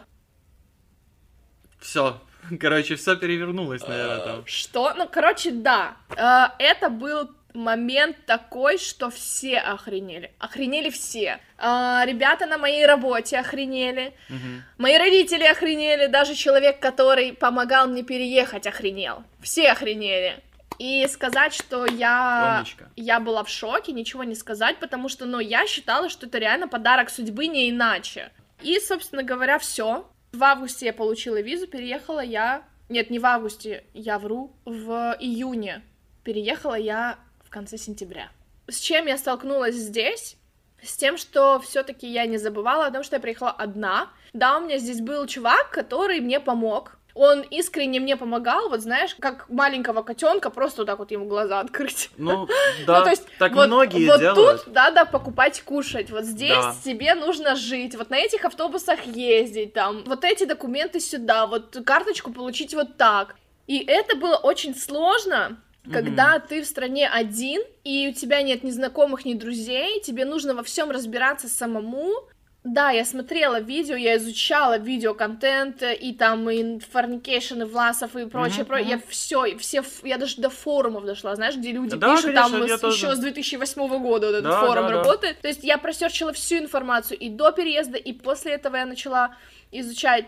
Все. Короче, все перевернулось, наверное, там. Что? Ну, короче, да. Э, Это был момент такой, что все охренели. Охренели все. Э, Ребята на моей работе охренели. Мгм. Мои родители охренели. Даже человек, который помогал мне переехать, охренел. Все охренели. И сказать, что я, Умничка. я была в шоке, ничего не сказать, потому что, ну, я считала, что это реально подарок судьбы, не иначе. И, собственно говоря, все. В августе я получила визу, переехала я... Нет, не в августе, я вру, в июне. Переехала я в конце сентября. С чем я столкнулась здесь? С тем, что все-таки я не забывала о том, что я приехала одна. Да, у меня здесь был чувак, который мне помог. Он искренне мне помогал, вот знаешь, как маленького котенка, просто вот так вот ему глаза открыть. Ну, да, Ну, то есть так вот, многие вот делают. тут надо покупать, кушать, вот здесь Да. тебе нужно жить, вот на этих автобусах ездить, там, вот эти документы сюда, вот карточку получить вот так. И это было очень сложно, когда ты в стране один, и у тебя нет ни знакомых, ни друзей, тебе нужно во всем разбираться самому. Да, я смотрела видео, я изучала видеоконтент, и там и Fornication, и Власов, и прочее, Мгм, прочее. мгм. Я все, и все, ф- я даже до форумов дошла, знаешь, где люди Да, пишут, конечно, там я с- тоже. еще с две тысячи восьмого года вот этот Да, форум да, да. работает. То есть я просерчила всю информацию и до переезда, и после этого я начала изучать,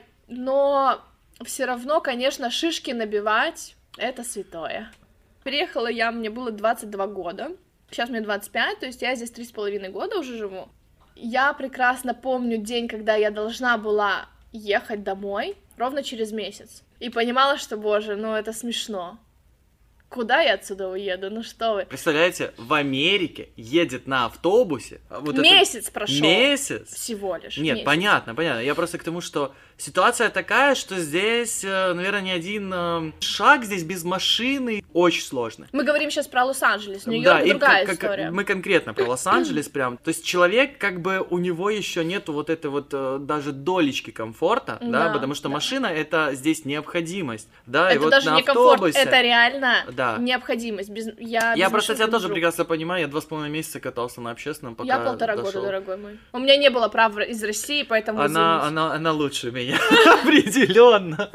но все равно, конечно, шишки набивать — это святое. Переехала я, мне было двадцать два года, сейчас мне двадцать пять, то есть я здесь три с половиной года уже живу. Я прекрасно помню день, когда я должна была ехать домой, ровно через месяц, и понимала, что, боже, ну это смешно. Куда я отсюда уеду? Ну что вы? Представляете, в Америке едет на автобусе. а Вот Месяц это... прошел. Месяц? Всего лишь. Нет, месяц. понятно, понятно. Я просто к тому, что ситуация такая, что здесь, э, наверное, ни один э, шаг здесь без машины очень сложно. Мы говорим сейчас про Лос-Анджелес, Нью-Йорк Да, и другая как- как- история. мы конкретно про Лос-Анджелес прям. То есть человек, как бы, у него еще нету вот этой вот э, даже долечки комфорта, да, Да, потому что да. машина это здесь необходимость, да, и Это вот даже на не комфорт, автобусе. это реально Да. необходимость. Без... Я, Я без просто машины тебя не тоже друг. прекрасно понимаю, я два с половиной месяца катался на общественном, пока Я полтора дошёл. года, дорогой мой. У меня не было прав из России, поэтому Она, извините. она, она лучше меня, определенно.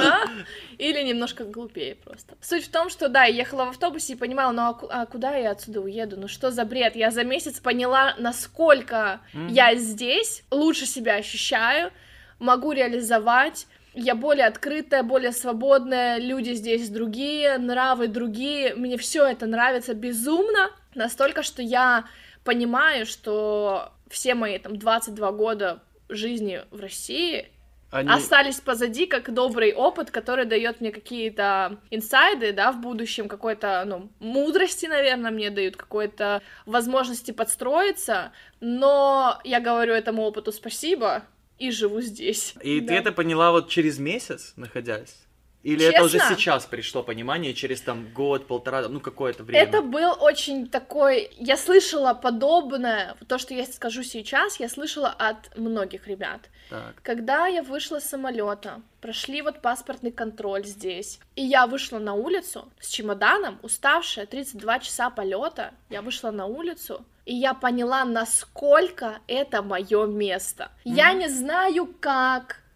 Или немножко глупее просто. Суть в том, что да, я ехала в автобусе и понимала, ну а, ку- а куда я отсюда уеду? Ну что за бред? Я за месяц поняла, насколько Мгм. я здесь лучше себя ощущаю, могу реализовать. Я более открытая, более свободная, люди здесь другие, нравы другие. Мне все это нравится безумно, настолько, что я понимаю, что все мои там двадцать два года жизни в России Они- остались позади как добрый опыт, который дает мне какие-то инсайды, да, в будущем, какой-то, ну, мудрости, наверное, мне дают, какой-то возможности подстроиться, но я говорю этому опыту спасибо и живу здесь. И Да. ты это поняла вот через месяц, находясь? Или это уже Честно? сейчас пришло понимание, через там год, полтора, ну какое-то время? Это был очень такой... Я слышала подобное, то, что я скажу сейчас, я слышала от многих ребят. Так. Когда я вышла с самолета, прошли вот паспортный контроль здесь, и я вышла на улицу с чемоданом, уставшая, тридцать два часа полета, я вышла на улицу, и я поняла, насколько это мое место. Я не знаю, как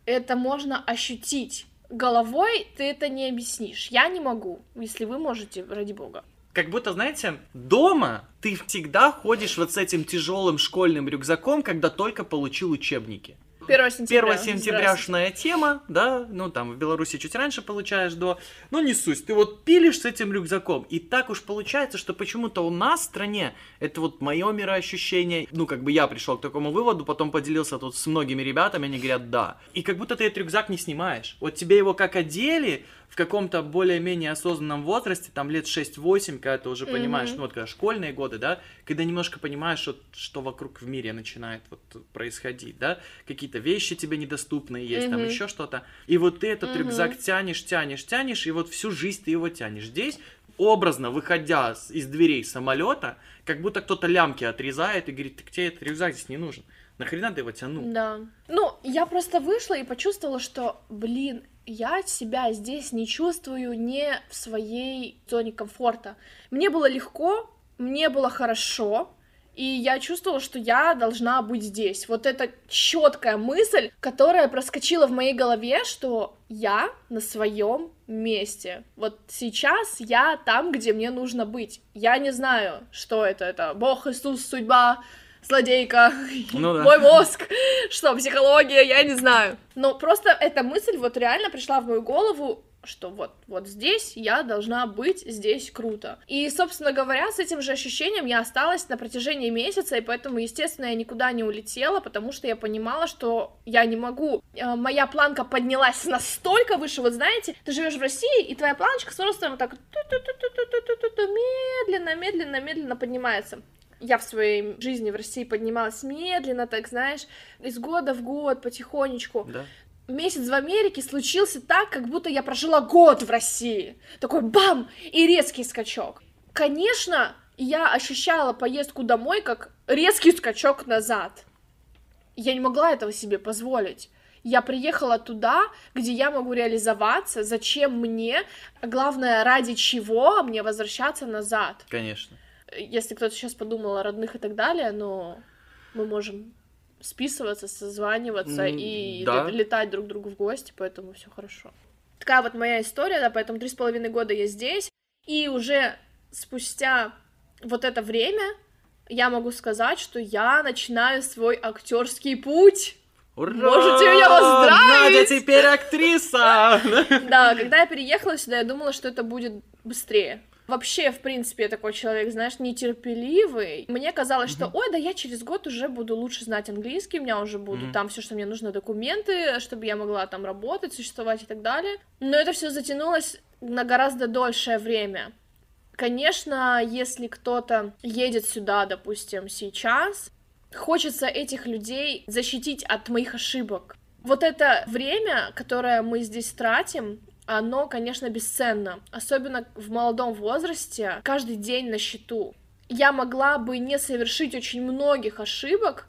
это можно ощутить. Головой ты это не объяснишь. Я не могу, если вы можете, ради бога. Как будто, знаете, дома ты всегда ходишь вот с этим тяжелым школьным рюкзаком, когда только получил учебники. первого сентября. первого сентябряшная тема, да, ну там в Беларуси чуть раньше получаешь до, но не суть, ты вот пилишь с этим рюкзаком, и так уж получается, что почему-то у нас в стране, это вот мое мироощущение, ну как бы я пришел к такому выводу, потом поделился тут с многими ребятами, они говорят, да, и как будто ты этот рюкзак не снимаешь, вот тебе его как одели в каком-то более-менее осознанном возрасте, там лет шесть-восемь, когда ты уже понимаешь, mm-hmm. ну вот когда школьные годы, да, когда немножко понимаешь, вот, что вокруг в мире начинает вот происходить, да, какие-то вещи тебе недоступные есть, mm-hmm. там еще что-то, и вот ты этот mm-hmm. рюкзак тянешь, тянешь, тянешь, и вот всю жизнь ты его тянешь. Здесь, образно, выходя из дверей самолета, как будто кто-то лямки отрезает и говорит, так тебе этот рюкзак здесь не нужен. Нахрена ты его тянул? Да. Ну, я просто вышла и почувствовала, что, блин, я себя здесь не чувствую не в своей зоне комфорта. Мне было легко, мне было хорошо, и я чувствовала, что я должна быть здесь. Вот эта четкая мысль, которая проскочила в моей голове, что я на своем месте. Вот сейчас я там, где мне нужно быть. Я не знаю, что это. Это Бог, Иисус, судьба, злодейка, ну, да. мой мозг, что, психология, я не знаю. Но просто эта мысль вот реально пришла в мою голову, что вот, вот здесь я должна быть, здесь круто. И, собственно говоря, с этим же ощущением я осталась на протяжении месяца, и поэтому, естественно, я никуда не улетела, потому что я понимала, что я не могу. Моя планка поднялась настолько выше, вот знаете, ты живешь в России, и твоя планочка с ростом вот так медленно, медленно, медленно поднимается. Я в своей жизни в России поднималась медленно, так, знаешь, из года в год, потихонечку. Да. Месяц в Америке случился так, как будто я прожила год в России. Такой бам! И резкий скачок. Конечно, я ощущала поездку домой как резкий скачок назад. Я не могла этого себе позволить. Я приехала туда, где я могу реализоваться, зачем мне, а главное, ради чего мне возвращаться назад. Конечно. Если кто-то сейчас подумал о родных и так далее, но мы можем списываться, созваниваться mm, и да. летать друг к другу в гости, поэтому все хорошо. Такая вот моя история, да, поэтому три с половиной года я здесь, и уже спустя вот это время я могу сказать, что я начинаю свой актерский путь. Ура! Можете меня поздравить! Надя теперь актриса! Да, когда я переехала сюда, я думала, что это будет быстрее. Вообще, в принципе, я такой человек, знаешь, нетерпеливый. Мне казалось, mm-hmm. что, ой, да я через год уже буду лучше знать английский, у меня уже будут mm-hmm. там все, что мне нужно, документы, чтобы я могла там работать, существовать и так далее. Но это все затянулось на гораздо дольшее время. Конечно, если кто-то едет сюда, допустим, сейчас, хочется этих людей защитить от моих ошибок. Вот это время, которое мы здесь тратим, оно, конечно, бесценно, особенно в молодом возрасте, каждый день на счету. Я могла бы не совершить очень многих ошибок,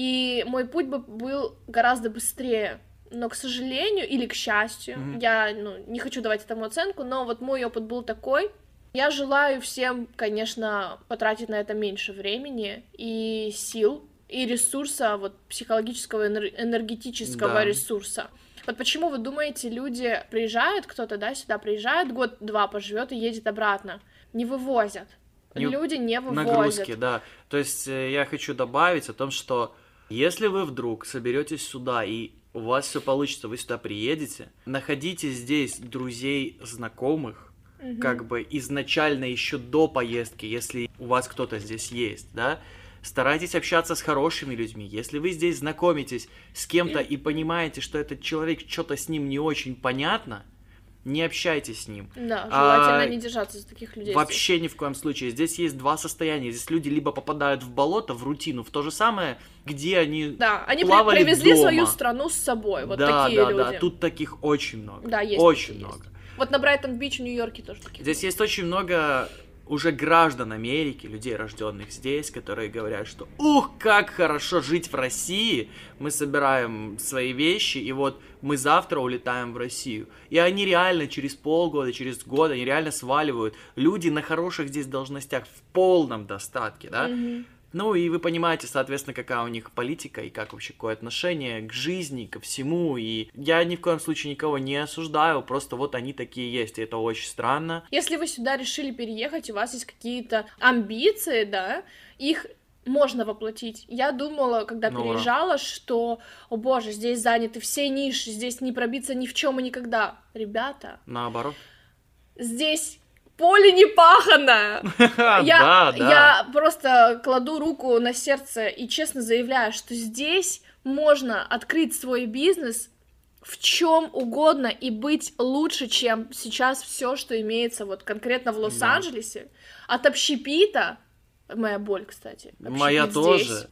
и мой путь бы был гораздо быстрее. Но, к сожалению, или к счастью, mm-hmm. я ну, не хочу давать этому оценку, но вот мой опыт был такой. Я желаю всем, конечно, потратить на это меньше времени и сил, и ресурса, вот психологического, энергетического да. ресурса. Вот почему вы думаете, люди приезжают, кто-то, да, сюда приезжает, год-два поживет и едет обратно? Не вывозят. Не... Люди не вывозят. Нагрузки, да. То есть я хочу добавить о том, что если вы вдруг соберетесь сюда и у вас все получится, вы сюда приедете, находите здесь друзей, знакомых, угу. как бы изначально еще до поездки, если у вас кто-то здесь есть, да, старайтесь общаться с хорошими людьми. Если вы здесь знакомитесь с кем-то и понимаете, что этот человек, что-то с ним не очень понятно, не общайтесь с ним. Да, желательно а, не держаться за таких людей. Вообще ни в коем случае. Здесь есть два состояния. Здесь люди либо попадают в болото, в рутину, в то же самое, где они да, они плавали привезли дома. свою страну с собой. Вот да, такие да, люди. Да, тут таких очень много. Да, есть очень такие, много. Есть. Вот на Брайтон-Бич в Нью-Йорке тоже такие. Здесь есть очень много уже граждан Америки, людей, рожденных здесь, которые говорят, что ух, как хорошо жить в России, мы собираем свои вещи, и вот мы завтра улетаем в Россию. И они реально через полгода, через год, они реально сваливают. Люди на хороших здесь должностях, в полном достатке, да, mm-hmm. Ну и вы понимаете, соответственно, какая у них политика и как вообще какое отношение к жизни, ко всему. И я ни в коем случае никого не осуждаю, просто вот они такие есть, и это очень странно. Если вы сюда решили переехать, у вас есть какие-то амбиции, да, их можно воплотить. Я думала, когда Ну, переезжала, что, о боже, здесь заняты все ниши, здесь не пробиться ни в чем и никогда. Ребята, Наоборот. здесь поле не паханое. Я, Да, да. я просто кладу руку на сердце и честно заявляю, что здесь можно открыть свой бизнес в чем угодно и быть лучше, чем сейчас все, что имеется вот конкретно в Лос-Анджелесе. От общепита, моя боль, кстати, Моя общепит тоже. здесь,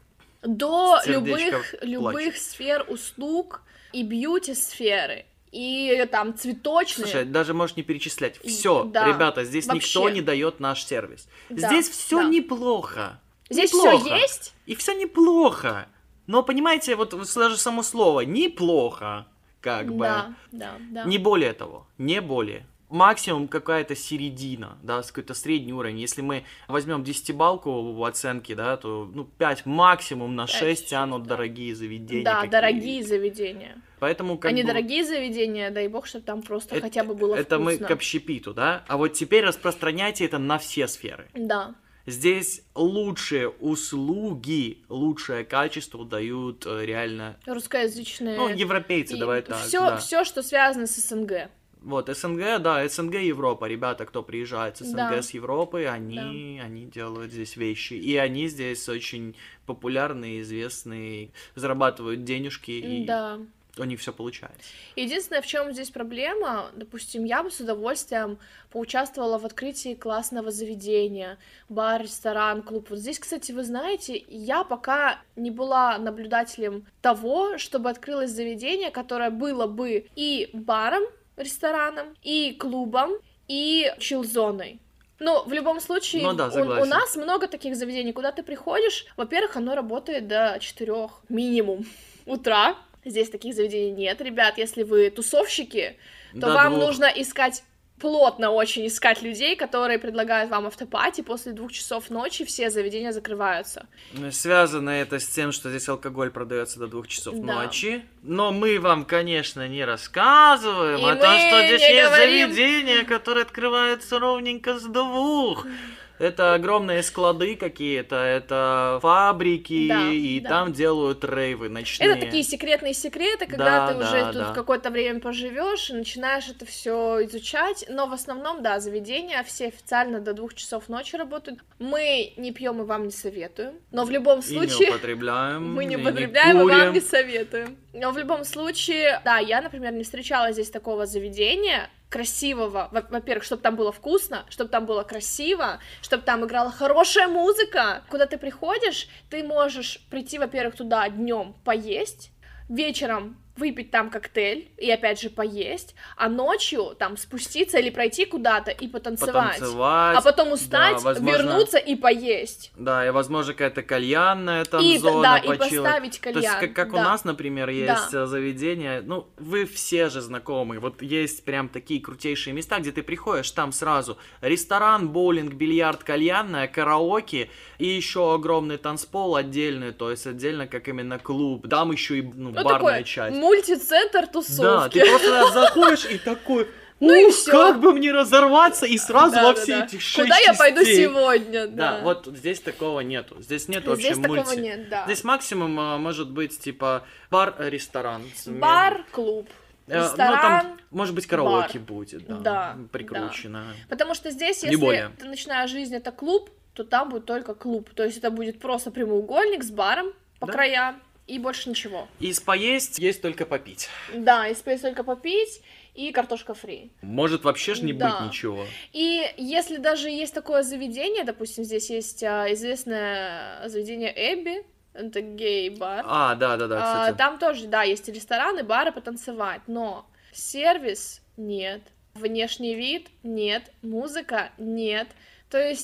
до Сердечко любых, плачет. любых сфер услуг и бьюти-сферы, и там цветочные. Слушай, даже можешь не перечислять. И- Все, да, ребята, здесь вообще. никто не дает наш сервис. Да, Здесь все да. неплохо. Здесь Неплохо. все есть. И все неплохо. Но понимаете, вот даже само слово неплохо, как бы. Да, да, да. Не более того, не более. Максимум какая-то середина, да, с какой-то средний уровень. Если мы возьмем десятибалку в оценке, да, то ну, пять максимум на Пять, шесть тянут да. дорогие заведения. Да, какие- дорогие заведения. Поэтому как Они бы... дорогие заведения, дай бог, чтобы там просто Это- хотя бы было Это мы вкусно. к общепиту, да? А вот теперь распространяйте это на все сферы. Да. Здесь лучшие услуги, лучшее качество дают э, реально, Русскоязычные. ну, европейцы, давай так, все, да. все, что связано с СНГ. Вот, СНГ, да, СНГ, Европа, ребята, кто приезжает с СНГ, Да. с Европы, они, они делают здесь вещи, и они здесь очень популярные, известные, зарабатывают денежки, и Да. у них все получается. Единственное, в чем здесь проблема, допустим, я бы с удовольствием поучаствовала в открытии классного заведения, бар, ресторан, клуб. Вот здесь, кстати, вы знаете, я пока не была наблюдателем того, чтобы открылось заведение, которое было бы и баром, рестораном, и клубом, и чилл-зоной. Но в любом случае, Ну да, у, согласен. у нас много таких заведений, куда ты приходишь, во-первых, оно работает до четырех минимум утра. Здесь таких заведений нет, ребят, если вы тусовщики, то До вам двух. нужно искать, плотно очень искать людей, которые предлагают вам автопати, после двух часов ночи все заведения закрываются. Связано это с тем, что здесь алкоголь продается до двух часов Да. ночи. Но мы вам, конечно, не рассказываем И о том, мы что здесь не есть говорим. заведения, которые открываются ровненько с двух. Это огромные склады какие-то, это фабрики, Да, и да. там делают рейвы ночные. Это такие секретные секреты, когда Да, ты да, уже тут да. какое-то время поживешь и начинаешь это все изучать. Но в основном, да, заведения все официально до двух часов ночи работают. Мы не пьем и вам не советуем. Но в любом И случае. не употребляем. Мы не и употребляем и вам курим. не советуем. Но в любом случае, да, я, например, не встречала здесь такого заведения красивого, во- во-первых, чтобы там было вкусно, чтобы там было красиво, чтобы там играла хорошая музыка. Куда ты приходишь, ты можешь прийти, во-первых, туда днем поесть, вечером выпить там коктейль и опять же поесть, а ночью там спуститься или пройти куда-то и потанцевать, Потанцевать. а потом устать, Да, возможно- вернуться и поесть. Да, и, возможно, какая-то кальянная там И, зона да, и почила. поставить То есть, кальян. как, как у да. нас, например, есть э, заведение, ну, вы все же знакомы, вот есть прям такие крутейшие места, где ты приходишь, там сразу ресторан, боулинг, бильярд, кальянная, караоке, и еще огромный танцпол отдельный, то есть отдельно как именно клуб, там еще и ну, Ну, барная такой часть. мультицентр Да, тусовки. ты просто туда заходишь и такой, Ну и ух, всё. как бы мне разорваться, и сразу Да, во да, все да. эти шесть Куда я пойду частей. сегодня? Да, Да, вот здесь такого нету. Здесь нет вообще Здесь такого мульти. нет, да. Здесь максимум а, может быть типа бар-ресторан. с ме- Бар, клуб, э, ресторан. Ну там, может быть, караоке будет, да, Да, прикручено. Потому что здесь, Не если более. ты начинаешь жизнь это клуб, то там будет только клуб. То есть это будет просто прямоугольник с баром по Да. краям и больше ничего. Из поесть есть только попить. Да, и спеть только попить и картошка фри. Может вообще ж не Да. быть ничего. И если даже есть такое заведение, допустим, здесь есть а, известное заведение Эбби, это гей-бар. А, да, да, да, А, кстати. там тоже, да, есть и рестораны, бары потанцевать, но сервис нет, внешний вид нет, музыка нет. То есть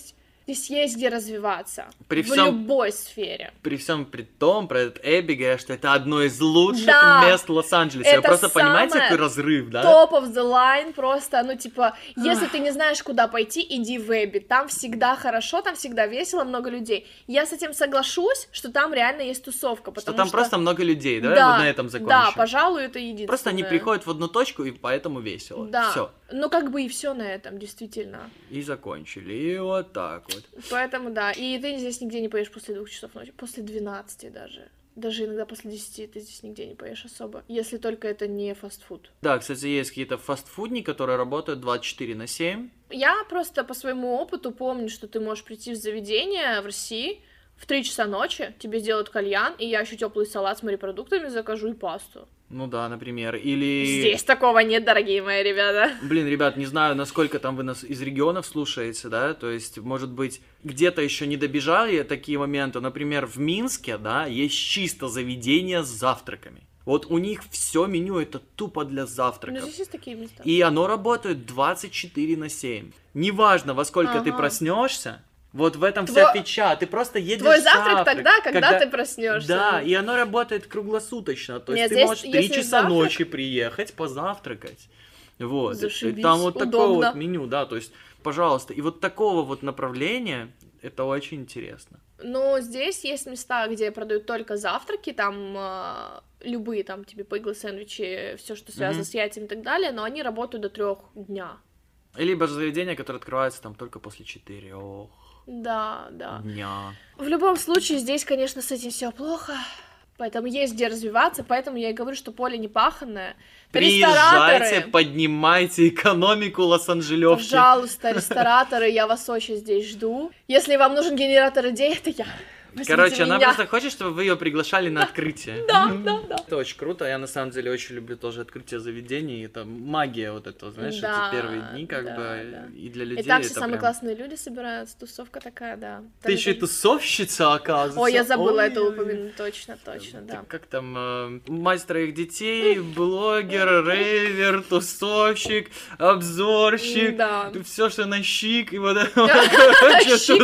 Здесь есть где развиваться. При в всем- любой сфере. При всем при том, про этот Эбби говорят, что это одно из лучших Да. мест Лос-Анджелеса. Вы Это просто понимаете, самое какой разрыв, да? Top of the line просто, ну, типа, если ты не знаешь, куда пойти, иди в Эбби. Там всегда хорошо, там всегда весело, много людей. Я с этим соглашусь, что там реально есть тусовка, Что потому там что... просто много людей, давай Да, вот на этом закончим. да, пожалуй, это единственное. Просто они приходят в одну точку, и поэтому весело. Да, Все. ну, как бы и все на этом, действительно. И закончили. И вот так вот. Поэтому, да, и ты здесь нигде не поешь после двух часов ночи, после двенадцати даже. Даже иногда после десяти ты здесь нигде не поешь особо, если только это не фастфуд. Да, кстати, есть какие-то фастфудни, которые работают двадцать четыре на семь. Я просто по своему опыту помню, что ты можешь прийти в заведение в России в три часа ночи, тебе сделают кальян, и я еще теплый салат с морепродуктами закажу и пасту. Ну да, например. Или... Здесь такого нет, дорогие мои ребята. Блин, ребят, не знаю, насколько там вы нас из регионов слушаете, да, то есть, может быть, где-то еще не добежали такие моменты, например, в Минске, да, есть чисто заведение с завтраками. Вот у них все меню это тупо для Ну, завтраков. здесь есть такие места. И оно работает двадцать четыре на семь. Неважно, во сколько ты Ага. проснешься, вот в этом Твой- вся фича. Ты просто едешь Твой завтрак завтрак, тогда, когда, ты проснешься. Да, и оно работает круглосуточно. То есть Нет, ты здесь, можешь в три если часа завтрак- ночи приехать, позавтракать. Вот. И Зашибись, там вот такое удобно. вот меню, да, то есть, пожалуйста. И вот такого вот направления, это очень интересно. Но здесь есть места, где продают только завтраки, там э, любые, там тебе пейглы, сэндвичи, все, что связано Мгм. с яйцами и так далее, но они работают до трех дня. Либо же заведения, которые открываются там только после четырех Да, да. дня. В любом случае, здесь, конечно, с этим все плохо. Поэтому есть где развиваться, поэтому я и говорю, что поле не паханное. Приезжайте, Рестораторы, поднимайте экономику Лос-Анджелевки. пожалуйста, рестораторы, я вас очень здесь жду. Если вам нужен генератор идей, это я. Возьмите Короче, она меня. просто хочет, чтобы вы ее приглашали на открытие. Да, да, да. Это очень круто. Я на самом деле очень люблю тоже открытие заведений. Это магия вот этого, знаешь, Да, эти первые дни, как да, бы, да. и для И людей так все это самые прям... классные люди собираются, тусовка такая, да. Ты Там еще и это- тусовщица, оказывается. Ой, я забыла это Ой-ой-ой. упомянуть, точно, точно, да. Так как там, э, мать троих детей, блогер, рейвер, тусовщик, обзорщик, Да. все, что на щик, и вот это вот, короче, Щик.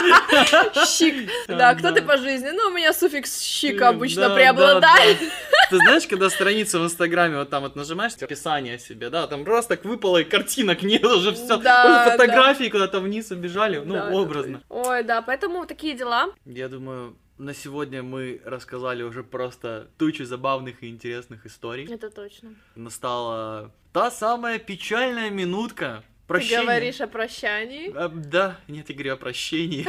туда. Щик. Да, кто ты по жизни? Ну, у меня суффикс щик Да, обычно да, преобладает. да. Ты знаешь, когда страницу в Инстаграме вот там вот нажимаешь, описание себе, да, там раз так выпало, и картинок нет уже, все, Да, фотографии куда-то вниз убежали, ну, Да, образно. Ой, да, поэтому такие дела. Я думаю, на сегодня мы рассказали уже просто тучу забавных и интересных историй. Это точно. Настала та самая печальная минутка Ты прощения. говоришь о прощании. А, да, нет, я говорю о прощении.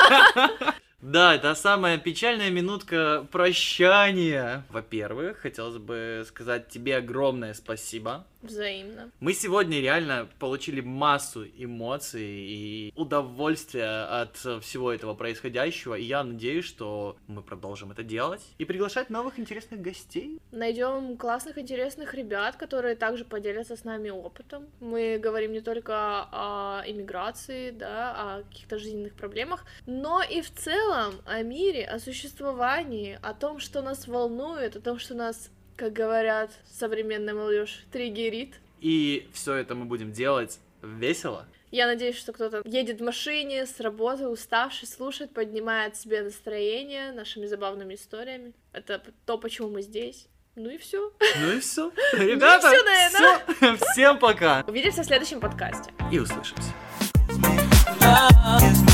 Да, та самая печальная минутка прощания. Во-первых, хотелось бы сказать тебе огромное спасибо. Взаимно. Мы сегодня реально получили массу эмоций и удовольствия от всего этого происходящего, и я надеюсь, что мы продолжим это делать и приглашать новых интересных гостей. Найдем классных, интересных ребят, которые также поделятся с нами опытом. Мы говорим не только о иммиграции, да, о каких-то жизненных проблемах, но и в целом о мире, о существовании, о том, что нас волнует, о том, что нас, как говорят современная молодежь, триггерит. И все это мы будем делать весело. Я надеюсь, что кто-то едет в машине с работы, уставший, слушает, поднимает себе настроение нашими забавными историями. Это то, почему мы здесь. Ну и все. Ну и все. Ребята, всё, наверное. всё. Всем пока. Увидимся в следующем подкасте. И услышимся. Love is